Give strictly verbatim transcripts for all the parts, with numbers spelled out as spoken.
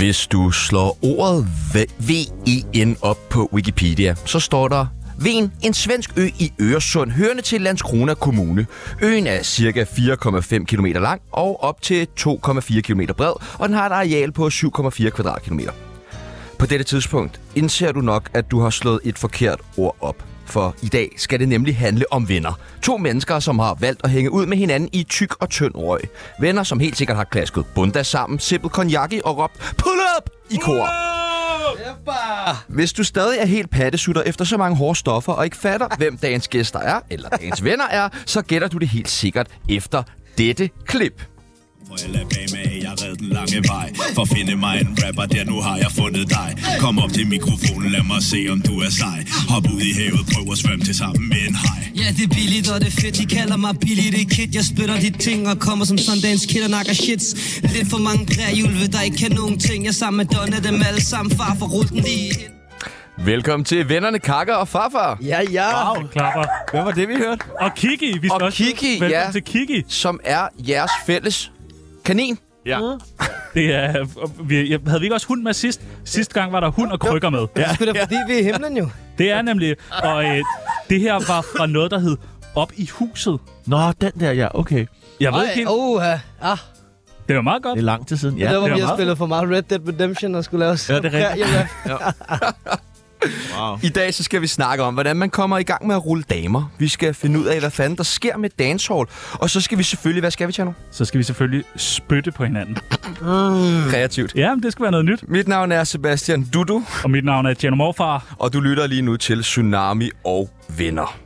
Hvis du slår ordet V E N op på Wikipedia, så står der Ven, en svensk ø i Øresund, hørende til Landskrona Kommune. Øen er cirka fire komma fem kilometer lang og op til to komma fire kilometer bred, og den har et areal på syv komma fire kvadratkilometer. På dette tidspunkt indser du nok, at du har slået et forkert ord op. For i dag skal det nemlig handle om venner. To mennesker, som har valgt at hænge ud med hinanden i tyk og tynd røg. Venner, som helt sikkert har klasket bunda sammen, sippet konjaki og råbt pull up i kor. Hvis du stadig er helt pattesutter efter så mange hårde stoffer og ikke fatter, hvem dagens gæster er, eller dagens venner er, så gætter du det helt sikkert efter dette klip. For jeg lader bag med, jeg red den lange vej. For at finde mig en rapper, der nu har jeg fundet dig. Kom op til mikrofonen, lad mig se, om du er sej. Hop ud i havet, prøv at svømme til sammen med en hej. Ja, det er billigt, og det er fedt, de kalder mig billigt, det er kid. Jeg spytter de ting og kommer som Sundance Kid og nakker shits. Lidt for mange prærjulve, der ikke kan nogen ting. Jeg er sammen med Donna, dem alle sammen, far for rulle den lige ind. Velkommen til vennerne Kaka og Farfar. Ja, ja. Wow, klapper. Hvad var det, vi hørte? Og Kiki. Vi skal og også Kiki, velkommen ja, til Kiki. Som er jeres fælles kanin. Ja. Mm. Det er, vi, jeg, havde vi ikke også hund med sidst? Sidste gang var der hund og krykker med. Ja, det er da fordi, vi er i himlen jo. Det er nemlig, og øh, det her var fra noget, der hed Op i huset. Nå, den der, ja, okay. Jeg ved ikke helt. Uh, ah. Det var meget godt. Det er lang tid siden, ja. Det var, det vi var har spillet for meget Red Dead Redemption og skulle lave os. Ja, det er rigtigt. Ja. Wow. I dag så skal vi snakke om, hvordan man kommer i gang med at rulle damer. Vi skal finde ud af, hvad fanden der sker med dancehall. Og så skal vi selvfølgelig, hvad skal vi, Tjerno? Så skal vi selvfølgelig spytte på hinanden. Mm. Kreativt. Ja, men det skal være noget nyt. Mit navn er Sebastian Dudu. Og mit navn er Tjerno Morfar. Og du lytter lige nu til Tsunami og Venner.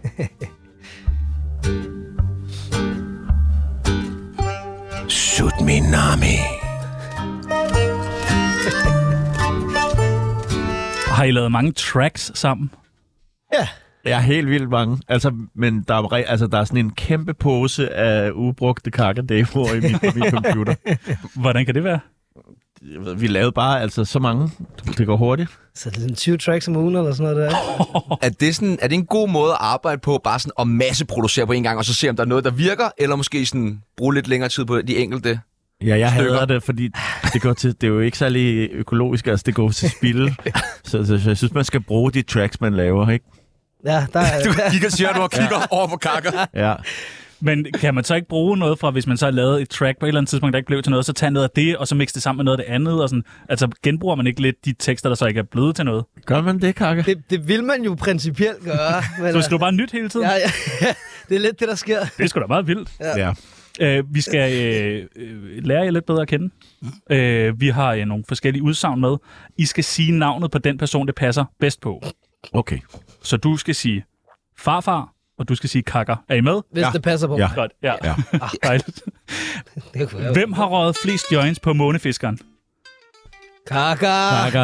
Tsunami. Har I lavet mange tracks sammen? Ja. Jeg er helt vildt mange. Altså, men der er, altså, der er sådan en kæmpe pose af ubrugte kakademoer i min, min computer. Hvordan kan det være? Vi lavede bare altså så mange. Det går hurtigt. Så det er tyve tracks om ugen eller sådan noget der. Er det, sådan, er det en god måde at arbejde på, bare sådan at masseproducere på en gang, og så se, om der er noget, der virker, eller måske sådan bruge lidt længere tid på de enkelte? Ja, jeg stykker. hader det, fordi det, går til, det er jo ikke særlig økologisk, altså det går til spilde. så, så, så jeg synes, man skal bruge de tracks, man laver, ikke? Ja, der er... Du kigger, siger du, og kigger ja. over på Kaka. Ja. Men kan man så ikke bruge noget fra, hvis man så har lavet et track på et eller andet tidspunkt, der ikke blev til noget, så tage noget af det, og så mixe det sammen med noget af det andet? Og sådan. Altså genbruger man ikke lidt de tekster, der så ikke er blevet til noget? Gør man det, Kaka? Det, det vil man jo principielt gøre. Men, så skal du bare nyt hele tiden? Ja, ja, ja, det er lidt det, der sker. Det er sgu da meget vildt. Ja. ja. Uh, vi skal uh, lære jer lidt bedre at kende. Uh, vi har uh, nogle forskellige udsagn med. I skal sige navnet på den person, det passer bedst på. Okay. Så du skal sige farfar, og du skal sige Kaka. Er I med? Hvis ja. det passer på ja. mig. Godt, ja. ja. Ah, dejligt. Hvem har røget flest joints på månefiskeren? Kaka! Kaka.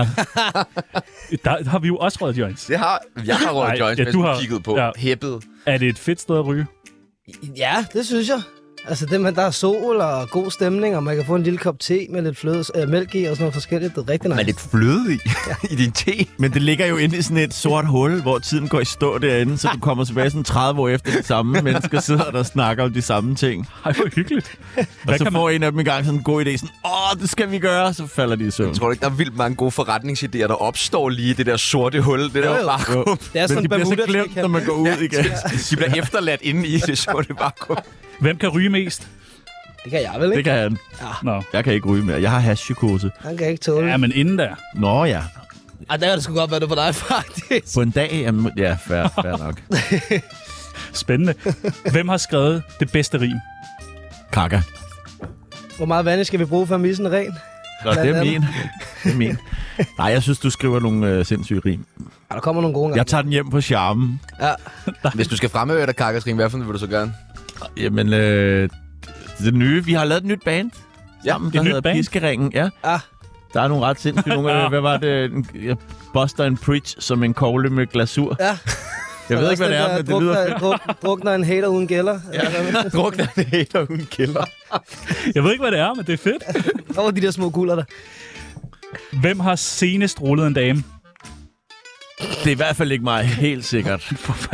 Der har vi jo også røget joints. Det har, jeg har røget joints, ja, mens du du har kigget på. Ja. Hæppet. Er det et fedt sted at ryge? Ja, det synes jeg. Altså, det, man, der er sol og god stemning, og man kan få en lille kop te med lidt fløde, øh, mælk i og sådan noget forskelligt. Det er rigtig nice. Med lidt fløde i, i din te. Men det ligger jo inde i sådan et sort hul, hvor tiden går i stå derinde, så du kommer tilbage sådan tredive år efter de samme mennesker sidder der og snakker om de samme ting. Ej, hvor hyggeligt. Og så får man... en af dem i gang sådan en god idé, sådan, åh, det skal vi gøre, så falder de i søvn. Jeg tror ikke, der er vildt mange gode forretningsidéer, der opstår lige i det der sorte hul, det der jo, vakuum. Det er sådan, men de bliver så Bermuda, glemt, når man går ud ja, igen. De bliver efterladt inde i det sorte vakuum. Hvem kan ryge mest? Det kan jeg vel, ikke? Det kan han. Ja. Nå. Jeg kan ikke ryge mere. Jeg har hashpsykose. Han kan ikke tåle. Ja, men inden der. Nå ja. Ej, der kan det sgu godt være det for dig, faktisk. På en dag, jamen, ja, fair, fair nok. Spændende. Hvem har skrevet det bedste rim? Kaka. Hvor meget vand skal vi bruge for at misse en ren? Nå, det er min. Det er min. Nej, jeg synes, du skriver nogle øh, sindssyge rim. Ja, der kommer nogle gode gange. Jeg tager den hjem på charmen. Ja. Hvis du skal fremhøre dig Kakas rim, hvad for vil du så gerne? Jamen, øh, det nye. Vi har lavet et nyt band. Sammen, ja, der hedder band. Piskeringen. Ja. Ah. Der er nogle ret sindssyge nogle. Hvad var det? Jeg buster en preach som en kogle med glasur. Ja. Jeg ved ikke, hvad det er, men det lyder fedt. Druk, drukner en hater uden gælder. Ja. Drukner en hater uden gælder. Jeg ved ikke, hvad det er, men det er fedt. Der var de der små guller der. Hvem har senest rullet en dame? Det er i hvert fald ikke mig, helt sikkert. Hvorfor ikke det?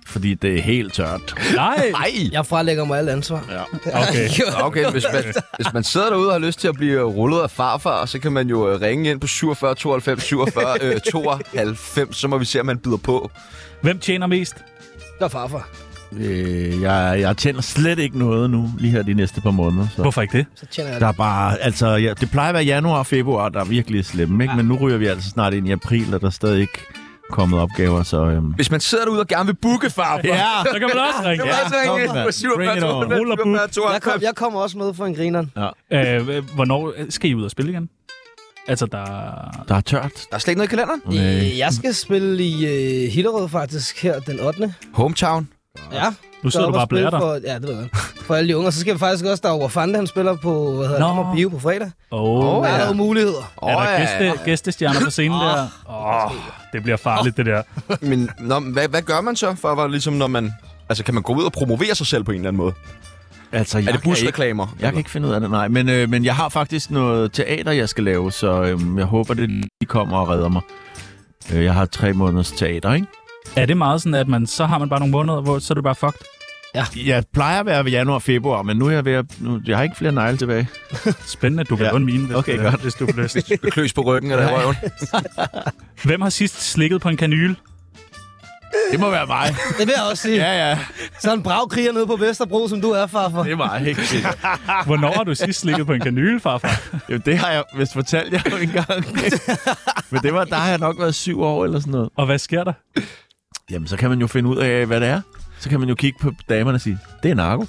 fordi det er helt tørt. Nej! Nej! Jeg frelægger mig alt ansvar. Ja. Okay. Okay, hvis man, hvis man sidder derude og har lyst til at blive rullet af farfar, så kan man jo ringe ind på syvogfyrre tooghalvfems syvogfyrre tooghalvfems, så må vi se, om man byder på. Hvem tjener mest? Det er farfar. Øh, jeg, jeg tjener slet ikke noget nu, lige her de næste par måneder. Så. Hvorfor ikke det? Så tjener jeg Der det. er bare, altså, ja, det plejer at være januar og februar, der er virkelig slemme, ikke? Men nu ryger vi altså snart ind i april, og der er stadig ikke kommet opgaver, så... Øhm. Hvis man sidder derude og gerne vil booke farfar, Ja, Så kan man også ringe. så kan man kom, ringe ind mand. på syvogfyrre Bring it on. tooghalvfems Ruller syvogfyrre Jeg, kom, tooghalvfems. jeg kommer også med for en grineren. Ja, Øh, hvornår skal I ud og spille igen? Altså, der... der er tørt. Der er slet ikke noget i kalenderen. Nej. Øh, Jeg skal spille i øh, Hillerød faktisk her den ottende Hometown. Ja. Nu sidder Så du bare og op spille blærer dig. for, ja, det ved jeg. For alle de unge. Og så skal vi faktisk også, der er Fante, han spiller på, hvad hedder Nå. det, Amager Bio på fredag. Åh, oh, Der er ja. nogle muligheder. er der Åh, gæste, gæstestjerner på scenen der? Åh, oh, det bliver farligt, det der. Men nå, hvad, hvad gør man så, for at, ligesom, når man... Altså, kan man gå ud og promovere sig selv på en eller anden måde? Altså, jeg Er det kan ikke, busreklamer? jeg kan ikke finde ud af det, nej. Men, øh, men jeg har faktisk noget teater, jeg skal lave, så øh, jeg håber, det de kommer og redder mig. Øh, jeg har tre måneders teater, ikke? Er det meget sådan, at man så har man bare nogle måneder, hvor så er det bare fucked? Jeg plejer at være ved januar og februar, men nu er jeg ved at... Nu, jeg har ikke flere negle tilbage. Spændende, du kan Ja. låne mine, hvis, Okay, øh, godt. hvis du får lyst. Kløs på ryggen eller i røven. Hvem har sidst slikket på en kanyle? Det må være mig. Det vil jeg også sige. Ja, ja. Så en bragkriger nede på Vesterbro, som du er, farfar. Det er mig, helt sikkert. Hvornår har du sidst slikket på en kanyle, farfar? Jo, det har jeg vist fortalt jer jo engang. Men det var, der har jeg nok været syv år eller sådan noget. Og hvad sker der? Jamen, så kan man jo finde ud af, hvad det er. Så kan man jo kigge på damerne og sige, det er narko.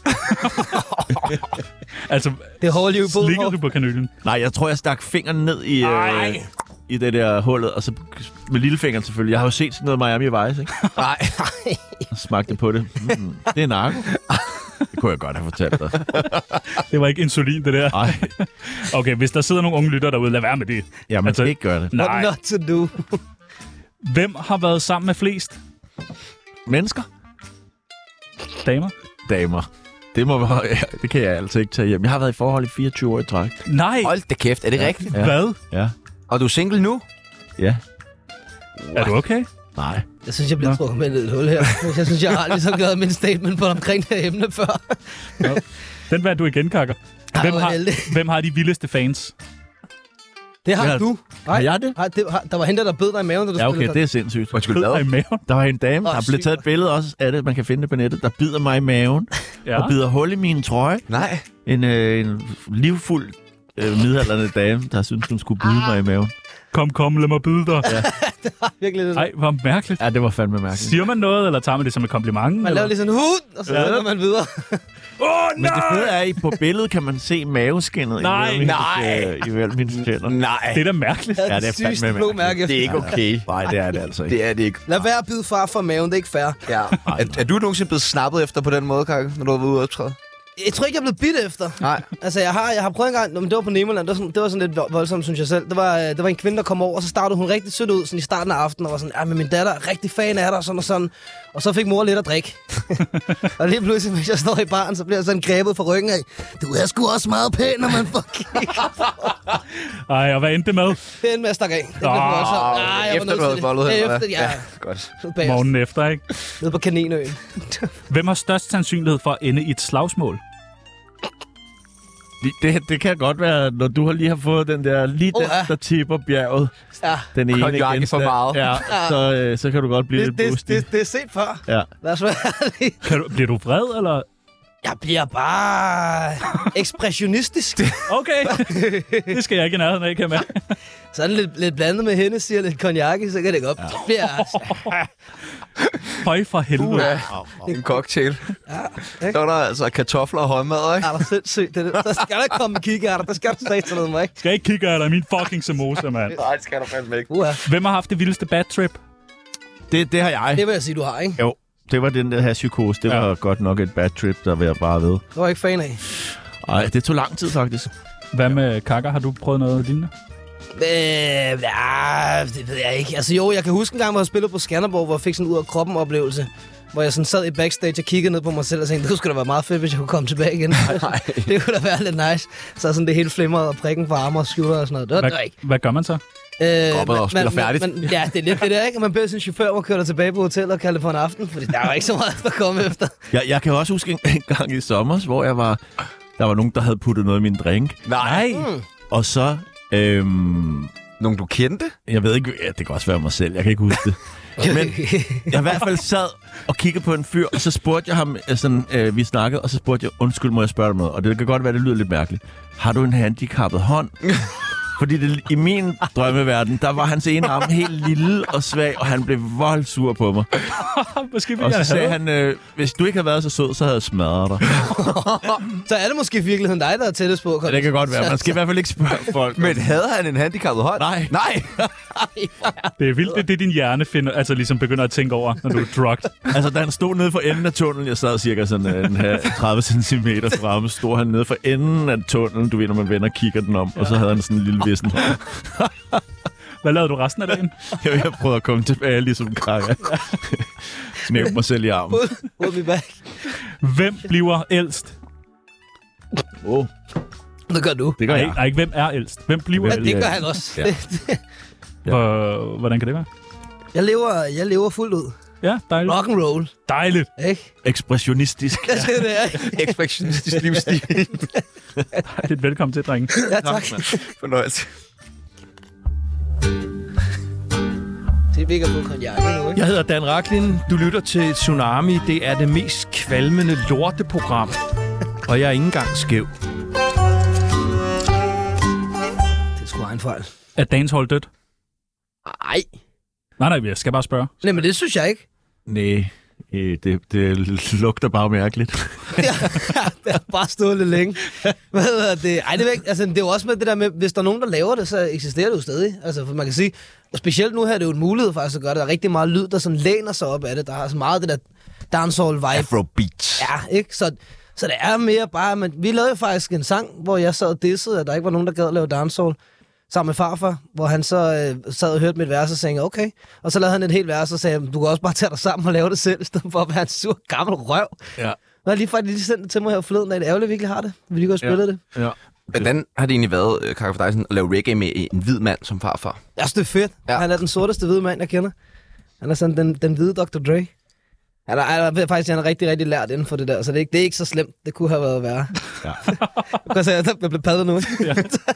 Altså, Det er hårdt liv i slikkede Bodenhof. du på kanylen? Nej, jeg tror, jeg stak fingeren ned i, øh, i det der hullet, og så med lillefingeren selvfølgelig. Jeg har jo set sådan noget Miami Vice, ikke? Nej. Og smagte på det. Mm, det er narko. Det kunne jeg godt have fortalt dig. Det var ikke insulin, det der. Nej, Okay, hvis der sidder nogle unge lytter derude, lad være med det. ja, man Altså- skal ikke gøre det. What Nej. not to do. Hvem har været sammen med flest Mennesker? damer? Damer. Det, må være, ja, det kan jeg altså ikke tage hjem. Jeg har været i forhold i fireogtyve år i træk. Nej! Hold da kæft, er det rigtigt? Ja. Hvad? Ja. Og du er single nu? Ja. Er du okay? Nej. Jeg synes, jeg bliver trukket med et hul her. Jeg synes, jeg har ligesom givet min statement på omkring det her emne før. Den vandt du igen, Kakker. Hvem hvor har, heldig. hvem har de vildeste fans? Det har Ja. du. Har jeg det? Nej, det har, der var hende, der bed dig i maven, da du Ja, okay, spillede det er sindssygt. Undskyld, Bed dig hvad? i maven? Der var en dame, Åh, der blev sygt. taget et billede også af det, man kan finde det på nettet, der bider mig i maven, Ja. og bider hul i min trøje. Nej. En, øh, en livfuld øh, midaldrende dame, der synes hun skulle bide mig i maven. Kom, kom, lad mig byde dig. Ja. virkelig det. Ej, hvor mærkeligt. Ja, det var fandme mærkeligt. Siger man noget, eller tager man det som et kompliment? Man eller? laver lige sådan en hud, og så Ja. ja. man videre. Åh, oh, Men det fede er, at på billedet kan man se maveskinnet Nej, imellem nej. hendes, øh, imellem hendes tænder. Nej. Det er da mærkeligt. Ja, det er sygeste fandme blå mærkeligt. mærke. Det er ikke okay. Nej, det er det altså ikke. Det er det ikke. Lad være at bide far for maven, det er ikke fair. Ja. Er, er du nogensinde blevet snappet efter på den måde, Kakke, når du har været ude og optræde? Jeg tror ikke, jeg er blevet bidt efter. Nej. Altså, jeg har, jeg har prøvet en gang, men det var på Nemoland, det var sådan, det var sådan lidt voldsomt, synes jeg selv. Det var, øh, det var en kvinde, der kom over, og så startede hun rigtig sødt ud sådan i starten af aftenen, og var sådan, ja, men min datter er rigtig fan af dig, og sådan og sådan. Og så fik mor lidt at drikke. Og lige pludselig, hvis jeg står i baren, så bliver jeg sådan grebet fra ryggen af, du er sgu også meget pæn, når man får kigget. Ej, og hvad endte det med? Det endte med at stakke af. Det blev Åh, voldsomt. Ej, jeg var Efter nødt du havde til boldet det. hen, Efter, eller ja. Godt. Bag os. Morgenen efter, ikke? Nede på Kaninøen. Hvem har størst sandsynlighed for at ende i et slagsmål? Det, det, det kan godt være, når du lige har fået den der, lige Oh, den, ja. der tipper bjerget. Ja, Den ene Cognac i for genstand. meget. Ja, så, øh, så kan du godt blive det, lidt det, boosty. det, det er set før. Ja. Lad os være ærlige. Kan du, bliver du vred, eller? Jeg bliver bare ekspressionistisk. Okay, det skal jeg ikke i nærheden af, kan jeg mærke. Sådan lidt, lidt blandet med Hennessy og lidt cognac, så kan det godt blive... Høj for helvede. Ja, en cocktail. ikke? Så er der altså kartofler og håndmad, ikke? Er der sindssygt? Det, der skal der komme en kikærter, der skal du sige til noget, mig, ikke? Skal jeg ikke kigge af dig, min fucking samosa, mand. Nej, det skal du fandme ikke. Uha. Hvem har haft det vildeste bad trip? Det, det har jeg. Det vil jeg sige, du har, ikke? Jo, det var den der her psykose. Det Ja. var godt nok et bad trip, der var jeg bare ved. Det var jeg ikke fan af. Ej, det tog lang tid faktisk. Hvad med Kakker? Har du prøvet noget lignende? Øh, ja, det ved jeg ikke. Altså jo, jeg kan huske en gang, hvor jeg spillede på Skanderborg, hvor jeg fik sådan en ud af kroppen oplevelse. Hvor jeg sådan sad i backstage og kiggede ned på mig selv og tænkte, det skulle da være meget fedt, hvis jeg kunne komme tilbage igen. Det kunne da være lidt nice. Så sådan det hele flimrede og prikken på arme og skulder og sådan noget. Det var, det var Hvad, ikke. hvad gør man så? Øh, Gå op og spiller færdigt. Man, ja, det er lidt det der, ikke? Man beder sin chauffør om at køre dig tilbage på hotellet og kalde det for en aften, fordi der er jo ikke så meget at komme efter. Jeg, jeg kan også huske en, en gang i sommer, hvor jeg var, der var nogen, der havde puttet noget i min drink. Nej. Mm. Og så... Øhm, nogen, du kendte? Jeg ved ikke... Ja, det kan også være mig selv. Jeg kan ikke huske det. Men jeg i hvert fald sad og kiggede på en fyr, og så spurgte jeg ham, sådan, øh, vi snakkede, og så spurgte jeg, undskyld, må jeg spørge dig noget? Og det kan godt være, det lyder lidt mærkeligt. Har du en handicappet hånd? Fordi det, i min drømmeverden, der var hans ene arm helt lille og svag, og han blev voldsur på mig. Måske og så sagde han, øh, hvis du ikke havde været så sød, så havde jeg smadret dig. Så er det måske i virkeligheden dig, der er tættest på. Ja, det kan godt være. Man skal i hvert fald ikke spørge folk. Men havde han en handicappet hånd? Nej. Nej. Det er vildt, det er det, din hjerne finder, altså ligesom begynder at tænke over, når du er drugged. Altså, da han stod nede for enden af tunnelen, jeg sad cirka sådan en tredive centimeter fremme, stod han nede for enden af tunnelen, du ved, når man vender og kigger den om, ja. Og så havde han sådan en lille vissen. Hvad lavede du resten af dagen? Jeg, jeg prøvede at komme tilbage, ligesom Krakker. Snævde mig selv i armen. We'll be back. Hvem bliver ældst? Oh. Det gør du. Det gør nej, jeg. Nej, ikke hvem er ældst. Hvem bliver ja, ældst? Det gør han også. Ja. Ja. Hvordan kan det være? Jeg lever, jeg lever fuldt ud. Ja, dejligt. Rock and roll. Dejligt. Ikke? Ekspressionistisk. Ja. Det er Ekspressionistisk livsstil. Dejligt. Velkommen til, drenge. Ja, tak. Fornøjelse. Det er virkelig på konjak nu, ikke? Jeg hedder Dan Rachlin. Du lytter til Tsunami. Det er det mest kvalmende lorteprogram. Og jeg er ikke engang skæv. Det er sgu en fejl. Er dancehall dødt? Nej. Nej, nej, jeg skal bare spørge. Nej, men det synes jeg ikke. Nej, det, det lugter bare mærkeligt. Ja, det har bare stået lidt længe. Hvad hedder det? Ej, det er, ikke, altså, det er jo også med det der med, hvis der er nogen, der laver det, så eksisterer det jo stadig. Altså, for man kan sige, og specielt nu her er det jo en mulighed faktisk at gøre det. Der er rigtig meget lyd, der sådan læner sig op af det. Der er så meget det der dancehall-vibe. Afrobeat. Ja, ikke? Så, så det er mere bare... Men vi lavede jo faktisk en sang, hvor jeg sad og dissede, at der ikke var nogen, der gad at lave dancehall sammen med farfar, hvor han så øh, sad og hørte mit vers og sagde, okay. Og så lavede han et helt vers og sagde, du kan også bare tage dig sammen og lave det selv, i stedet for at være en sur gammel røv. Ja. Og jeg lige faktisk lige sendt det til mig her forleden, at det ærgerligt virkelig har det. Vi lige godt spille ja. det. Ja. Hvordan har det egentlig været, Kaka, for dig sådan, at lave reggae med en hvid mand som farfar? Jeg synes, det er fedt. Ja. Han er den sorteste hvide mand, jeg kender. Han er sådan den, den hvide doktor Dre. Han er, han er faktisk han er rigtig, rigtig lært inden for det der, så det er, ikke, det er ikke så slemt. Det kunne have været værre. Ja. Jeg kan se, at jeg blev padlet nu. Ja.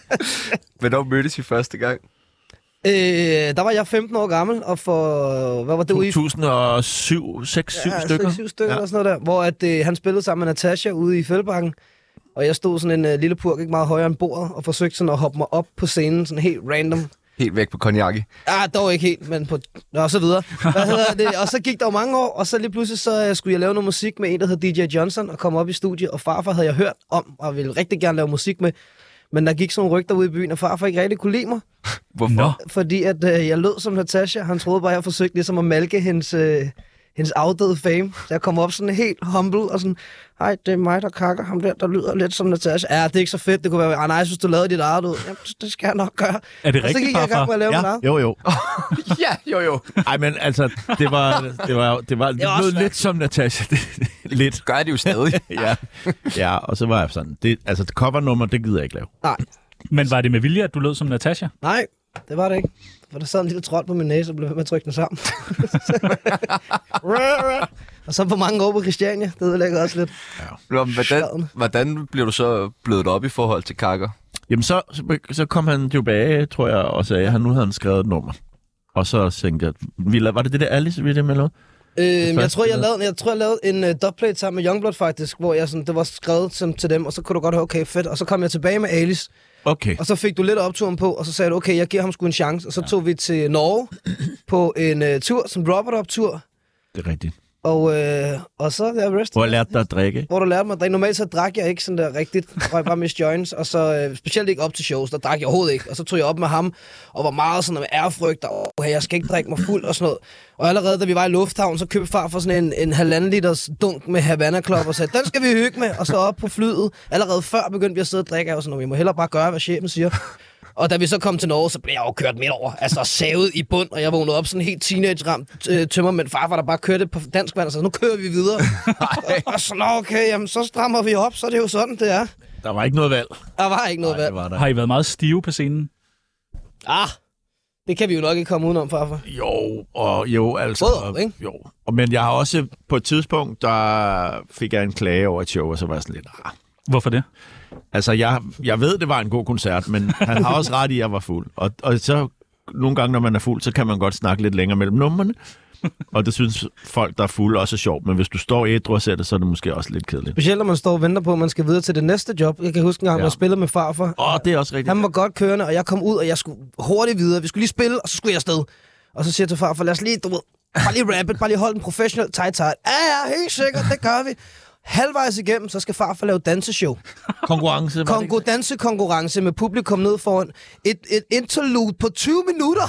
Hvornår mødtes I første gang? Øh, der var jeg femten år gammel, og for... Hvad var det? to tusind og syv, seks, syv ja, stykker. syv stykker ja. eller sådan noget der, hvor at, øh, han spillede sammen med Natasha ude i Fældebakken, og jeg stod sådan en øh, lille purk, ikke meget højere end bordet, og forsøgte sådan at hoppe mig op på scenen, sådan helt random. Helt væk på konjakke. Ja, dog ikke helt, men på... Og så videre. Hvad hedder det? Og så gik der jo mange år, og så lige pludselig så uh, skulle jeg lave noget musik med en, der hed D J Johnson, og komme op i studiet, og farfar havde jeg hørt om, og ville rigtig gerne lave musik med. Men der gik sådan nogle rygter ude i byen, og farfar ikke rigtig kunne lide mig. Hvorfor? Nå. Fordi at uh, jeg lød som Natasha. Han troede bare, jeg forsøgte ligesom at malke hendes... Uh, hendes afdøde fame. Så jeg kom op sådan helt humble og sådan, hej, det er mig, der kakker ham der, der lyder lidt som Natasha. Ja, det er ikke så fedt. Det kunne være, ah nej, jeg synes, du lavede dit eget ud. Jamen, det skal jeg nok gøre. Er det og så rigtigt, gik jeg i gang med at lave ja. mit eget. Jo, jo. Ja, jo, jo. Ej, men altså, det var, det var, det var, det var lød også lidt som Natasha. lidt. Gør det jo stadig. ja. ja, og så var jeg sådan, det, altså det covernummer, det gider jeg ikke lave. Nej. Men var det med vilje, at du lød som Natasha? Nej, det var det ikke. For der sad en lille trold på min næse og blev ved med at trykke den sammen. Og så på mange år på Christiania. Det ødelægger også lidt. Ja. Hvordan, hvordan blev du så blødt op i forhold til Kaka? Jamen så, så, så kom han tilbage, tror jeg, og sagde, at han nu havde han skrevet et nummer. Og så tænkte jeg, var det det der Alice, vi det med noget? Øh, jeg, tror, jeg, lavede, jeg tror, jeg lavede en uh, dubplate sammen med Youngblood faktisk, hvor jeg sådan, det var skrevet som, til dem, og så kunne du godt høre, okay, fedt. Og så kom jeg tilbage med Alice. Okay. Og så fik du lidt opturen på, og så sagde du, okay, jeg giver ham sgu en chance. Og så ja. tog vi til Norge på en uh, tur, som Robert-up-tur. Det er rigtigt. Og, øh, og så er jeg rest. Hvor jeg lærte dig at drikke. Hvor du lærte mig at drikke. Normalt så drak jeg ikke sådan der rigtigt. Jeg røg bare Miss Joints, og så øh, specielt ikke op til shows, der drak jeg overhovedet ikke. Og så tog jeg op med ham, og var meget sådan med ærefrygt, og oh, jeg skal ikke drikke mig fuld og sådan noget. Og allerede da vi var i lufthavn, så købte far for sådan en, en halvanden liters dunk med Havana Club, og sagde, den skal vi hygge med. Og så op på flyet. Allerede før begyndte vi at sidde og drikke, og sådan, vi må hellere bare gøre, hvad chefen siger. Og da vi så kom til Norge, så blev jeg jo kørt midt over. Altså savet i bund, og jeg vågnede op sådan helt teenage-ramt øh, tømmermænd. Farfar, der bare kørte på dansk vand, og så nu kører vi videre. og så, nå okay, jamen, så strammer vi op, så er det jo sådan, det er. Der var ikke noget valg. Der var ikke noget Nej, valg. var der. Har I været meget stive på scenen? Ah, Det kan vi jo nok ikke komme udenom, farfar. Jo, og jo, altså... Både, ikke? Jo. Og, men jeg har også på et tidspunkt, der fik jeg en klage over et show, og så var jeg sådan lidt... Ah. Hvorfor det? Altså, jeg, jeg ved, det var en god koncert, men han har også ret i, at jeg var fuld. Og, og så nogle gange, når man er fuld, så kan man godt snakke lidt længere mellem numrene. Og det synes folk, der er fulde, også er sjovt. Men hvis du står ædru og ser det, så er det måske også lidt kedeligt. Specielt når man står og venter på, at man skal videre til det næste job. Jeg kan huske en gang, ja. jeg spillede med farfar. Åh, oh, det er også rigtigt. Han var godt kørende, og jeg kom ud, og jeg skulle hurtigt videre. Vi skulle lige spille, og så skulle jeg afsted. Og så siger jeg til farfar, lad os lige, du ved, bare lige rap it, bare lige holde en professional tight tight. Ja, ja, helt sikkert, det gør vi. Halvvejs igennem, så skal farfar lave danseshow. Konkurrence. Kongo dansekonkurrence med publikum ned foran. Et, et interlude på tyve minutter,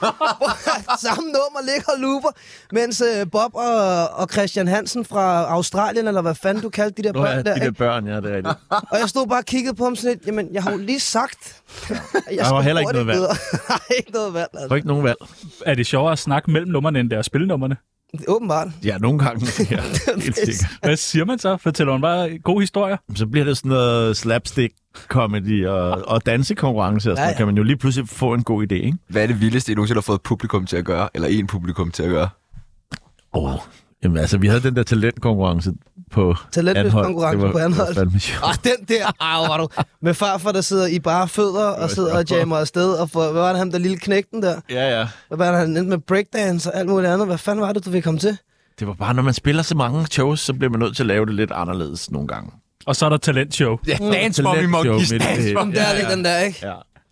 hvor samme nummer ligger og looper, mens uh, Bob og, og Christian Hansen fra Australien, eller hvad fanden du kaldte de der Nå, børn ja, der, de der ikke? børn, ja, det er rigtigt. Og jeg stod bare og kiggede på ham sådan lidt, jamen, jeg har jo lige sagt, jeg Der var heller ikke noget valg. Nej, ikke noget valg, altså. Der var ikke nogen valg. Er det sjovere at snakke mellem numrene, end det er at spille numrene? Åbenbart. Ja, nogle gange. Ja, helt sikkert. Hvad siger man så? Fortæller hun bare gode historier? Så bliver det sådan noget slapstick-comedy og, og dansekonkurrence, og sådan Ja, ja. ja. kan man jo lige pludselig få en god idé, ikke? Hvad er det vildeste, I nogensinde har fået publikum til at gøre? Eller en publikum til at gøre? Åh, oh. Jamen altså, vi havde den der talentkonkurrence på Talentløskonkurrence på Anholt. Det var fandme sjovt. Og den der, ej, var du, med farfar, der sidder i bare fødder og sidder og jammer afsted, og for, hvad var det ham, der lille knægten der? Ja, ja. Hvad var det, han endte med breakdance og alt muligt andet? Hvad fanden var det, du ville komme til? Det var bare, når man spiller så mange shows, så bliver man nødt til at lave det lidt anderledes nogle gange. Og så er der talentshow. Ja, Dance Mommy Monkeys, Dance Om der ligger den der, ikke?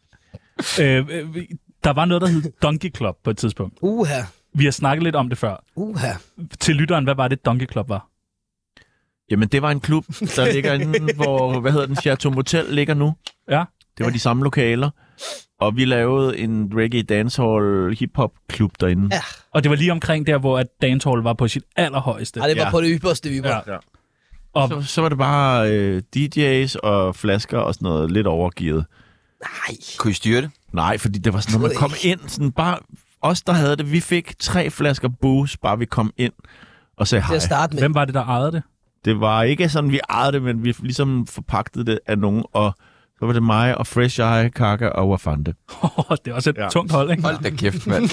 Ja. Øh, øh, der var noget, der hed Donkey Club på et tidspunkt. Uha, Vi har snakket lidt om det før. uha. Til lytteren, hvad var det, Donkey Club var? Jamen, det var en klub, der ligger inde, hvor, hvad hedder den, Chateau Motel ligger nu. Ja. Det var de samme lokaler. Og vi lavede en reggae dancehall hip-hop klub derinde. Ja. Og det var lige omkring der, hvor at dancehall var på sit allerhøjeste. Ej, det var Ja. på det ypperste ypper. Ja. Ja. Og Så, så var det bare øh, D J's og flasker og sådan noget lidt overgivet. Nej. Kunne I styre det? Nej, fordi det var sådan, når man kom ind, sådan bare os, der havde det, vi fik tre flasker booze, bare vi kom ind og sagde Til hej. at starte med. hvem var det, der ejede det? Det var ikke sådan, vi ejede det, men vi ligesom forpagtede det af nogen, og så var det mig og Fresh Eye, Kaka og Wafande. Oh, det er også et ja. Ja. tungt hold, ikke? Hold da kæft, mand.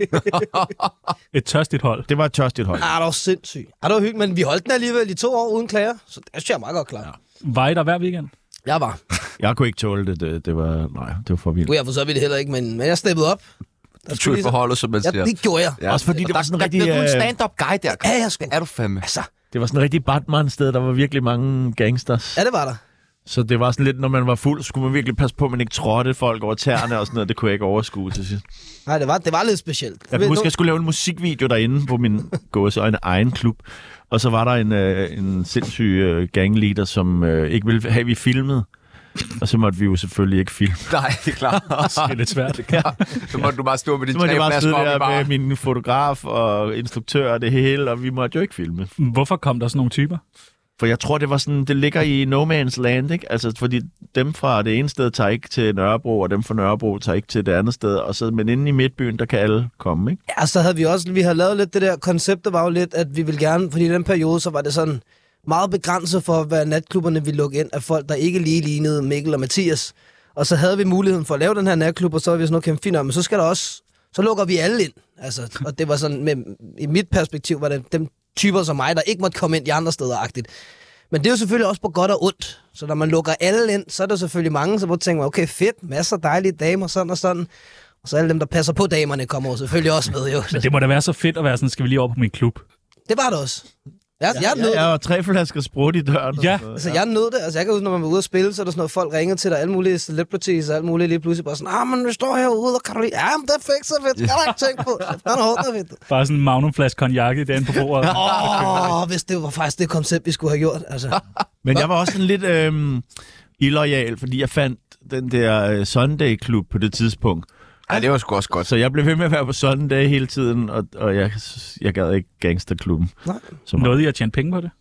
Et tørstigt hold. Det var et tørstigt hold. Ah, det var sindssygt. Ah, det var hyggeligt, men vi holdt den alligevel i to år uden klager, så det synes jeg er meget godt klar. Ja. Var I der hver weekend? Jeg var. Jeg kunne ikke tåle det, det, det var, nej, det var for vildt. Nu er jeg for så vidt heller ikke, men, men jeg steppede op. Du tog et forholdet, som man Ja, siger. det gjorde jeg. Ja. Også fordi Og det var der- sådan der- rigtig, der- Du er en øh, stand-up guy der. Ja, jeg skulle. Det er du fandme. Altså, Det var sådan en rigtig Batman-sted, der var virkelig mange gangsters. ja, det var der. Så det var sådan lidt, når man var fuld, skulle man virkelig passe på, at man ikke trådte folk over tæerne og sådan noget. Det kunne jeg ikke overskue til sidst. Nej, det var, det var lidt specielt. Jeg kan huske, at jeg skulle lave en musikvideo derinde på min gåseøjne egen klub. Og så var der en, øh, en sindssyg øh, gangleader, som øh, ikke ville have, at vi filmede. Og så måtte vi jo selvfølgelig ikke filme. Nej, det er klart. Det er lidt svært. Ja. Så måtte du bare stå med de Så måtte tre jeg bare flasker sidde op i der baren. med min fotograf og instruktør og det hele, og vi måtte jo ikke filme. Hvorfor kom der sådan nogle typer? For jeg tror, det var sådan, det ligger i no man's land, ikke? Altså, fordi dem fra det ene sted tager ikke til Nørrebro, og dem fra Nørrebro tager ikke til det andet sted. Og så, men inde i midtbyen, der kan alle komme, ikke? Ja, så havde vi også, vi havde lavet lidt det der koncept, der var jo lidt, at vi ville gerne, fordi i den periode, så var det sådan meget begrænset for, hvad natklubberne ville lukke ind af folk, der ikke lige lignede Mikkel og Mathias. Og så havde vi muligheden for at lave den her natklub, og så var vi sådan noget kæmpe fint, men så skal der også, så lukker vi alle ind. Altså, og det var sådan, med, i mit perspektiv, var det dem typer som mig, der ikke måtte komme ind de andre steder-agtigt. Men det er jo selvfølgelig også på godt og ondt. Så når man lukker alle ind, så er der selvfølgelig mange, så tænker man, okay, fedt, masser af dejlige damer, sådan og sådan. Og så alle dem, der passer på damerne, kommer jo selvfølgelig også med, jo. Men det må da være så fedt at være sådan, skal vi lige over på min klub? Det var det også. Jeg, jeg, nød Jeg det. var tre flasker sprut i døren. og Ja. sådan noget. Altså, jeg nød det. Altså, jeg kan huske, når man var ude at spille, så er der sådan noget, folk ringede til dig, alle mulige celebrities og alt muligt, lige pludselig bare sådan, ah, men vi står herude, og kan du lige... Ja, men det er fikset, fedt. Det skal du ikke tænke på. Det er noget fedt. Bare sådan en magnumflaske cognac i den på bordet. Åh, oh, hvis det var faktisk det koncept, vi skulle have gjort. Altså. Men jeg var også sådan lidt øhm, illoyal, fordi jeg fandt den der øh, Sunday-klub på det tidspunkt. Ja, det var sgu også godt. Så jeg blev ved med at være på Sunday hele tiden, og, og jeg, jeg gad ikke gangsterklubben. Nej. Så meget. Noget I at tjene penge på det?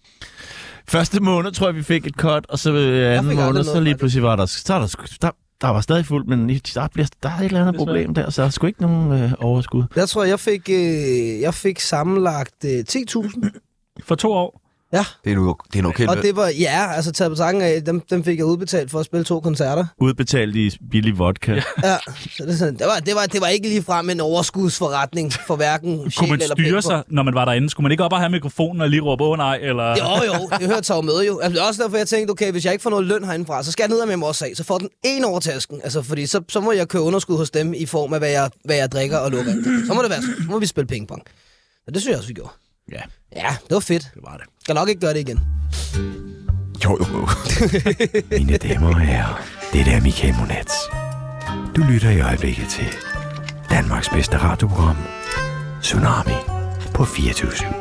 Første måned tror jeg, vi fik et cut, og så øh, anden aldrig måned, så noget, lige faktisk. pludselig var der, så er der, sgu- der, der var stadig fuldt, men der, bliver, der er et eller andet Desværre. problem der, så der er sgu ikke nogen øh, overskud. Jeg tror, jeg fik, øh, jeg fik sammenlagt øh, ti tusind. For to år? Ja. Det er en, det er en okay Og løn. det var, ja, altså taget på tanken af, dem, dem fik jeg udbetalt for at spille to koncerter. Udbetalt i billig vodka. Ja. Ja, så det, er sådan, det, var, det, var, det var ikke ligefrem en overskudsforretning for hverken sjæl Kunne man eller styre penge. sig, når man var derinde? Skulle man ikke op og have mikrofonen og lige råbe, åh nej, eller... Jo, jo, det hørte sig med jo. Altså, det er også derfor, jeg tænkte, okay, hvis jeg ikke får noget løn herindefra, så skal jeg ned med mig også af. Så får den en over tasken. Altså, fordi så, så må jeg købe underskud hos dem i form af, hvad jeg, hvad jeg drikker og lukker. Så må det være sådan. Så må vi spille pingpong. Og det synes jeg også, vi gjorde. Ja, Ja, det var fedt. det var det. Skal nok ikke gøre det igen. Jo, jo, jo. Mine damer og herrer, det er Michael Monats. Du lytter i øjeblikket til Danmarks bedste radioprogram, Tsunami på fireogtyve syv.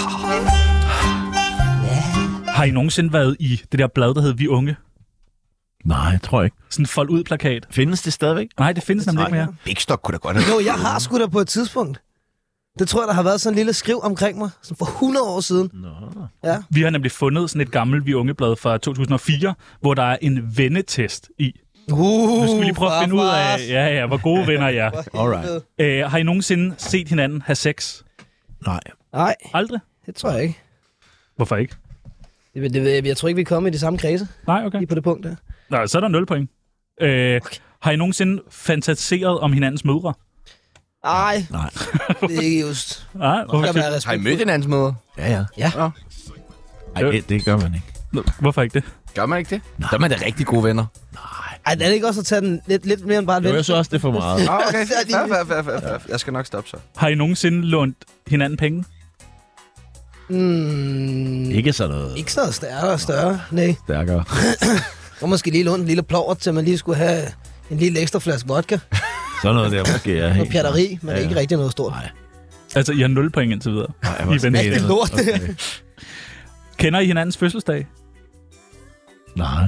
Har I nogensinde været i det der blad, der hedder Vi Unge? Nej, jeg tror ikke. Sådan en fold ud plakat. Findes det stadigvæk? Nej, det findes nemlig ikke mere. Big Stock kunne da godt have. Jo, jeg har sgu da på et tidspunkt. Det tror jeg, der har været sådan en lille skriv omkring mig. Sådan for hundrede år siden. Nå. Ja. Vi har nemlig fundet sådan et gammelt Vi Unge-blad fra to tusind og fire, hvor der er en vennetest i. Uh, Nu skal vi lige prøve at finde ud af, ja, ja, hvor gode venner jeg er. Alright. Øh, har I nogensinde set hinanden have sex? Nej. Nej, Aldrig? det tror jeg ikke. Hvorfor ikke? Det, det, det, jeg tror ikke, vi er kommet i de samme kredse Nej, okay. lige på det punkt der. Nå, så er der nul point. Øh, Okay. Har I nogensinde fantaseret om hinandens mødre? Nej, Nej. det er ikke just. Nej, hvorfor, Skal være Har I respektfuld. mødt hinandens møder? Ja, ja. Ja. Ej, det, det gør man ikke. hvorfor ikke det? Gør man ikke det? Så er man da rigtig gode venner. Ej, er det ikke også at tage den lidt, lidt mere end bare et Jo, ven? jeg synes også, det er for meget. Ah, okay. Fair, fair, fair, fair, fair. Jeg skal nok stoppe så. Har I nogensinde lånt hinanden penge? Mm, Ikke sådan noget ikke så stærkere og større. Nej. stærkere. Så måske lige låne en lille plover, til man lige skulle have en lille ekstra flaske vodka. Sådan noget der måske er Noget helt... pjatteri, men Ja, ja. ikke rigtig noget stort. Nej. Altså, I har nul point indtil videre. Nej, jeg I var venner. Det er lort, det Okay. Kender I hinandens fødselsdag? Nej.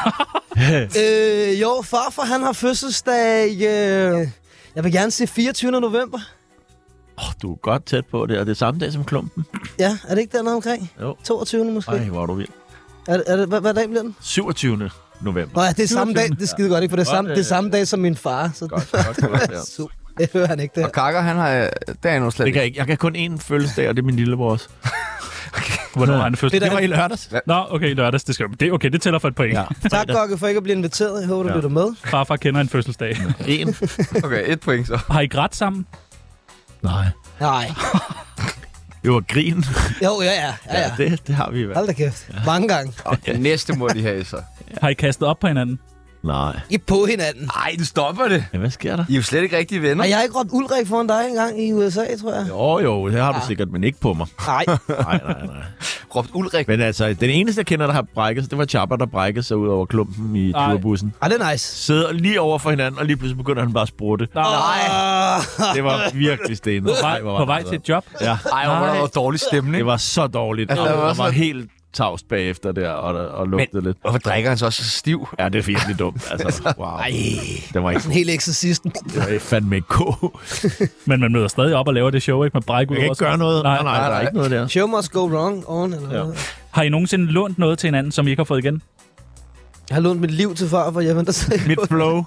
øh, jo, farfar han har fødselsdag... Øh, jeg vil gerne sige fireogtyvende november. Oh, du er godt tæt på det, og det er samme dag som klumpen. Ja, er det ikke dernede omkring? Jo. toogtyvende måske? Ej, hvor er du vild. Er, det- er det, hvad, hvad dag bliver den? syvogtyvende november. Nå ja, det er samme dag. Det er skide godt, ikke? For det er Godt, samme, det er øh, samme dag som min far. Så Godt, godt, godt, ja. Super. Det hører han ikke, det Og Kakker, han har... Det er jeg nu slet Det kan ikke. jeg, ikke. jeg kan kun én fødselsdag, og det er min lillebror også. Hvornår har han fødselsdag? Det var i lørdags. Nå, okay, lørdags. Det, skal, det, okay, det tæller for et point. Ja. Ja. Tak, Gokke, for ikke at blive inviteret. Jeg håber, du Ja. lytter med. Farfar kender en fødselsdag. En. Okay, et point så. Har I grædt sammen? Nej. Nej. Det var grin. Jo, ja, ja. ja, ja. det, det har vi i hvert Hold da kæft. Mange gange. Og næste må de have så. Har I kastet op på hinanden? Nej. I på hinanden. Ej, du stopper det. Ja, hvad sker der? I er jo slet ikke rigtige venner. Og jeg har ikke råbt Ulrik foran dig engang i U S A, tror jeg. Jo, jo, det har du sikkert, men ikke på mig. Nej. Nej, nej, nej. Råbt Ulrik. Men altså, den eneste, jeg kender, der har brækket sig, det var Chapper, der brækkede sig ud over klumpen i Ej. turbussen. Ej, det er nice. Sidder lige over for hinanden, og lige pludselig begynder han bare at sprutte. Nej. Ah. Det var virkelig stenet. På vej, Ej, hvor var på det vej bedre. til et job? Ja, Ej, hvor var der dårlig stemning. det var så dårligt. Altså, Og der var der var så- helt tavst bagefter der, og, og lugtede lidt. Hvorfor drikker han så også så stiv? Ja, det er virkelig dumt. Altså, wow. Ej. Det var ikke, En helt eksorcisten. det var fandme ikke gå. Men man møder stadig op og laver det show, ikke? Med bræk ud Jeg kan over ikke sig. gøre noget. Nej, Nej. nej, der er ikke noget der. Show must go wrong on, eller Ja. hvad? Har I nogensinde lånt noget til hinanden, som I ikke har fået igen? Jeg har lånt mit liv til far, for jeg venter sig. Mit flow.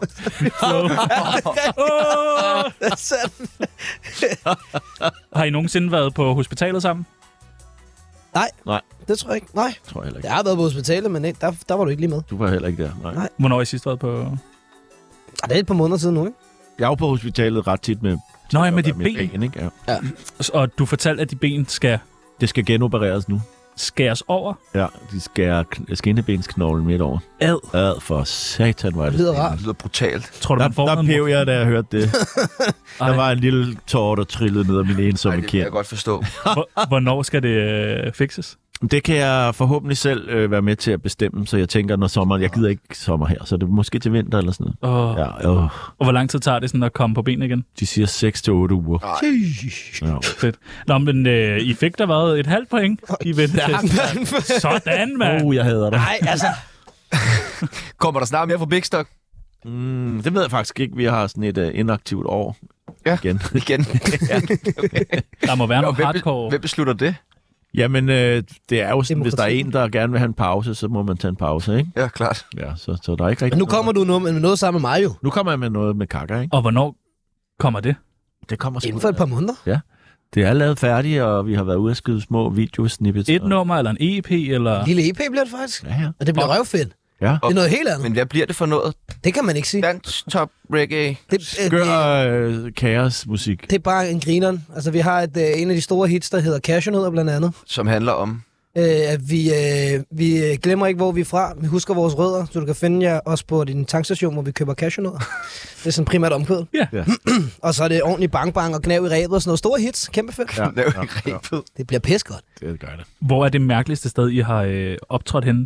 Har I nogensinde været på hospitalet sammen? Nej. Nej. Det tror jeg ikke. Nej. Tror jeg heller ikke. Jeg har været på hospitalet, men ikke, der, der var du ikke lige med. Du var heller ikke der. Nej. Nej. Hvornår har I sidst været på... Ah, det er et par måneder siden nu, ikke? Jeg er jo på hospitalet ret tit med... Nå ja, med de med ben. ikke? Ja. Og du fortalte, at de ben skal Det skal genopereres nu. skæres over. Ja, de skærer kn- skinnebensknoglen midt over. Ad. Ad for satan, var det. Det lyder spændende. rart. Det lyder brutalt. Tror du, Der, man får der noget- pev jeg, da jeg hørte det. Ej. Der var en lille tår, der trillede ned af min Ej, ensomme det kan jeg kind. godt forstå. Hvor- Hvornår skal det øh, fikses? Det kan jeg forhåbentlig selv øh, være med til at bestemme, så jeg tænker, når sommer... Jeg gider ikke sommer her, så det er måske til vinter eller sådan noget. Oh. Ja, øh, Og hvor lang tid tager det sådan at komme på ben igen? de siger seks til otte uger. Ja. Fedt. Nå, men øh, I fik der været et halvt point i ventetesten. Sådan, mand. Oh, jeg hader dig. Nej, altså. Kommer der snart mere fra Big Stock? Mm, det ved jeg faktisk ikke. Vi har sådan et uh, inaktivt år Ja. igen. Igen. ja. Der må være Og noget hvem, hardcore. hvem beslutter det? Jamen, øh, det er jo sådan, hvis der er Demokrati. en, der gerne vil have en pause, så må man tage en pause, ikke? Ja, klart. Ja, så, så der er ikke rigtig Men nu kommer du noget med noget sammen med mig jo. Nu kommer jeg med noget med kakker, ikke? Og hvornår kommer det? Det kommer sgu. Inden for et par måneder. Ja. Det er lavet færdigt, og vi har været ude at skrive små videosnippets. Et nummer eller en E P? Eller... En lille E P bliver det faktisk. Ja, ja. Og det bliver røvfedt. Ja. Det er noget helt andet. Men hvad bliver det for noget? Det kan man ikke sige. Dansk top reggae. Det, Skør øh, kaosmusik. det er bare en grineren. Altså, vi har et, øh, en af de store hits, der hedder Cashewnødder blandt andet. Som handler om... Øh, at vi, øh, vi glemmer ikke, hvor vi er fra. Vi husker vores rødder, så du kan finde jer også på din tankstation, hvor vi køber cashewnødder. Det er sådan primært omkød. Ja. Ja. Og så er det ordentligt bang bang og knav i ræbet og sådan noget. Store hits. Kæmpe fedt. Ja, Det er jo ja, ikke ja. rigtig fedt. Det bliver pis godt. Det gør det. Hvor er det mærkeligste sted, I har øh, optrådt henne?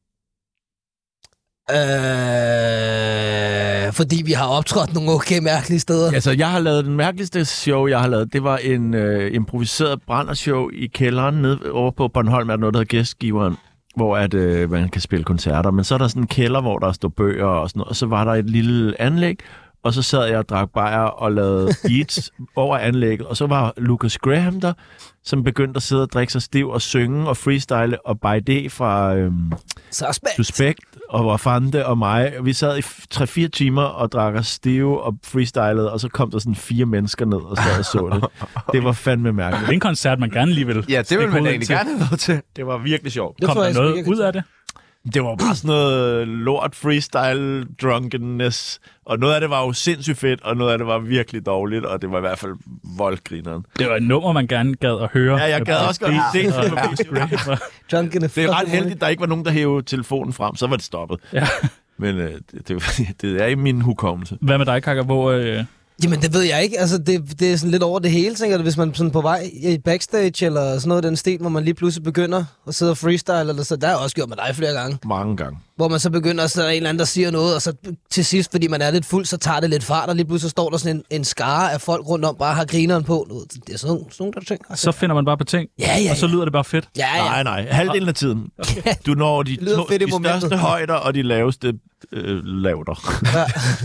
Øh, fordi vi har optrådt nogle okay mærkelige steder. Altså, jeg har lavet den mærkeligste show, jeg har lavet. Det var en øh, improviseret brændershow i kælderen nede over på Bornholm, er der noget, der hedder Gæstgiveren, hvor at, øh, man kan spille koncerter. Men så er der sådan en kælder, hvor der står bøger og sådan noget, og så var der et lille anlæg, og så sad jeg og drak bajer og lavede beats over anlægget, og så var Lucas Graham der, som begyndte at sidde og drikke sig stiv og synge og freestyle, og by D fra øhm, Suspect. Suspect og Wafande og mig. Vi sad i tre fire timer og drak os stive og freestylede, og så kom der sådan fire mennesker ned og sad og så det. Det var fandme mærkeligt. Det er en koncert, man gerne lige vil. Ja, det stikke vil man hovedet egentlig til. gerne have været til. Det var virkelig sjovt. Det Kom tror der jeg sgu noget ikke, ud af det? Det var bare sådan noget lort freestyle drunkenness, og noget af det var jo sindssygt fedt, og noget af det var virkelig dårligt, og det var i hvert fald voldgrineren. Det var et nummer, man gerne gad at høre. Ja, jeg gad også godt det. det. Junkene Det er ret heldigt, at der ikke var nogen, der hævede telefonen frem, så var det stoppet. Ja. Men øh, det, det, det er i min hukommelse. Hvad med dig, Kaka? Hvor, øh... Jamen, det ved jeg ikke. Altså, det, det er sådan lidt over det hele, tænker jeg. Hvis man sådan på vej i backstage eller sådan noget af den stil, hvor man lige pludselig begynder at sidde og freestyle, eller så, der har jeg også gjort med dig flere gange. Mange gange. Hvor man så begynder, at så er der en eller anden, der siger noget, og så til sidst, fordi man er lidt fuld, så tager det lidt fart, og lige pludselig står der sådan en, en skare af folk rundt om, bare har grineren på. Det er sådan, sådan nogle der ting. Altså, så finder man bare på ting, ja, ja, ja. og så lyder det bare fedt. Ja, ja. Nej, nej. Halvdelen af tiden. Du når de, lyder små, fedt i de momentet. største højder og de laveste øh, lavder. Ja.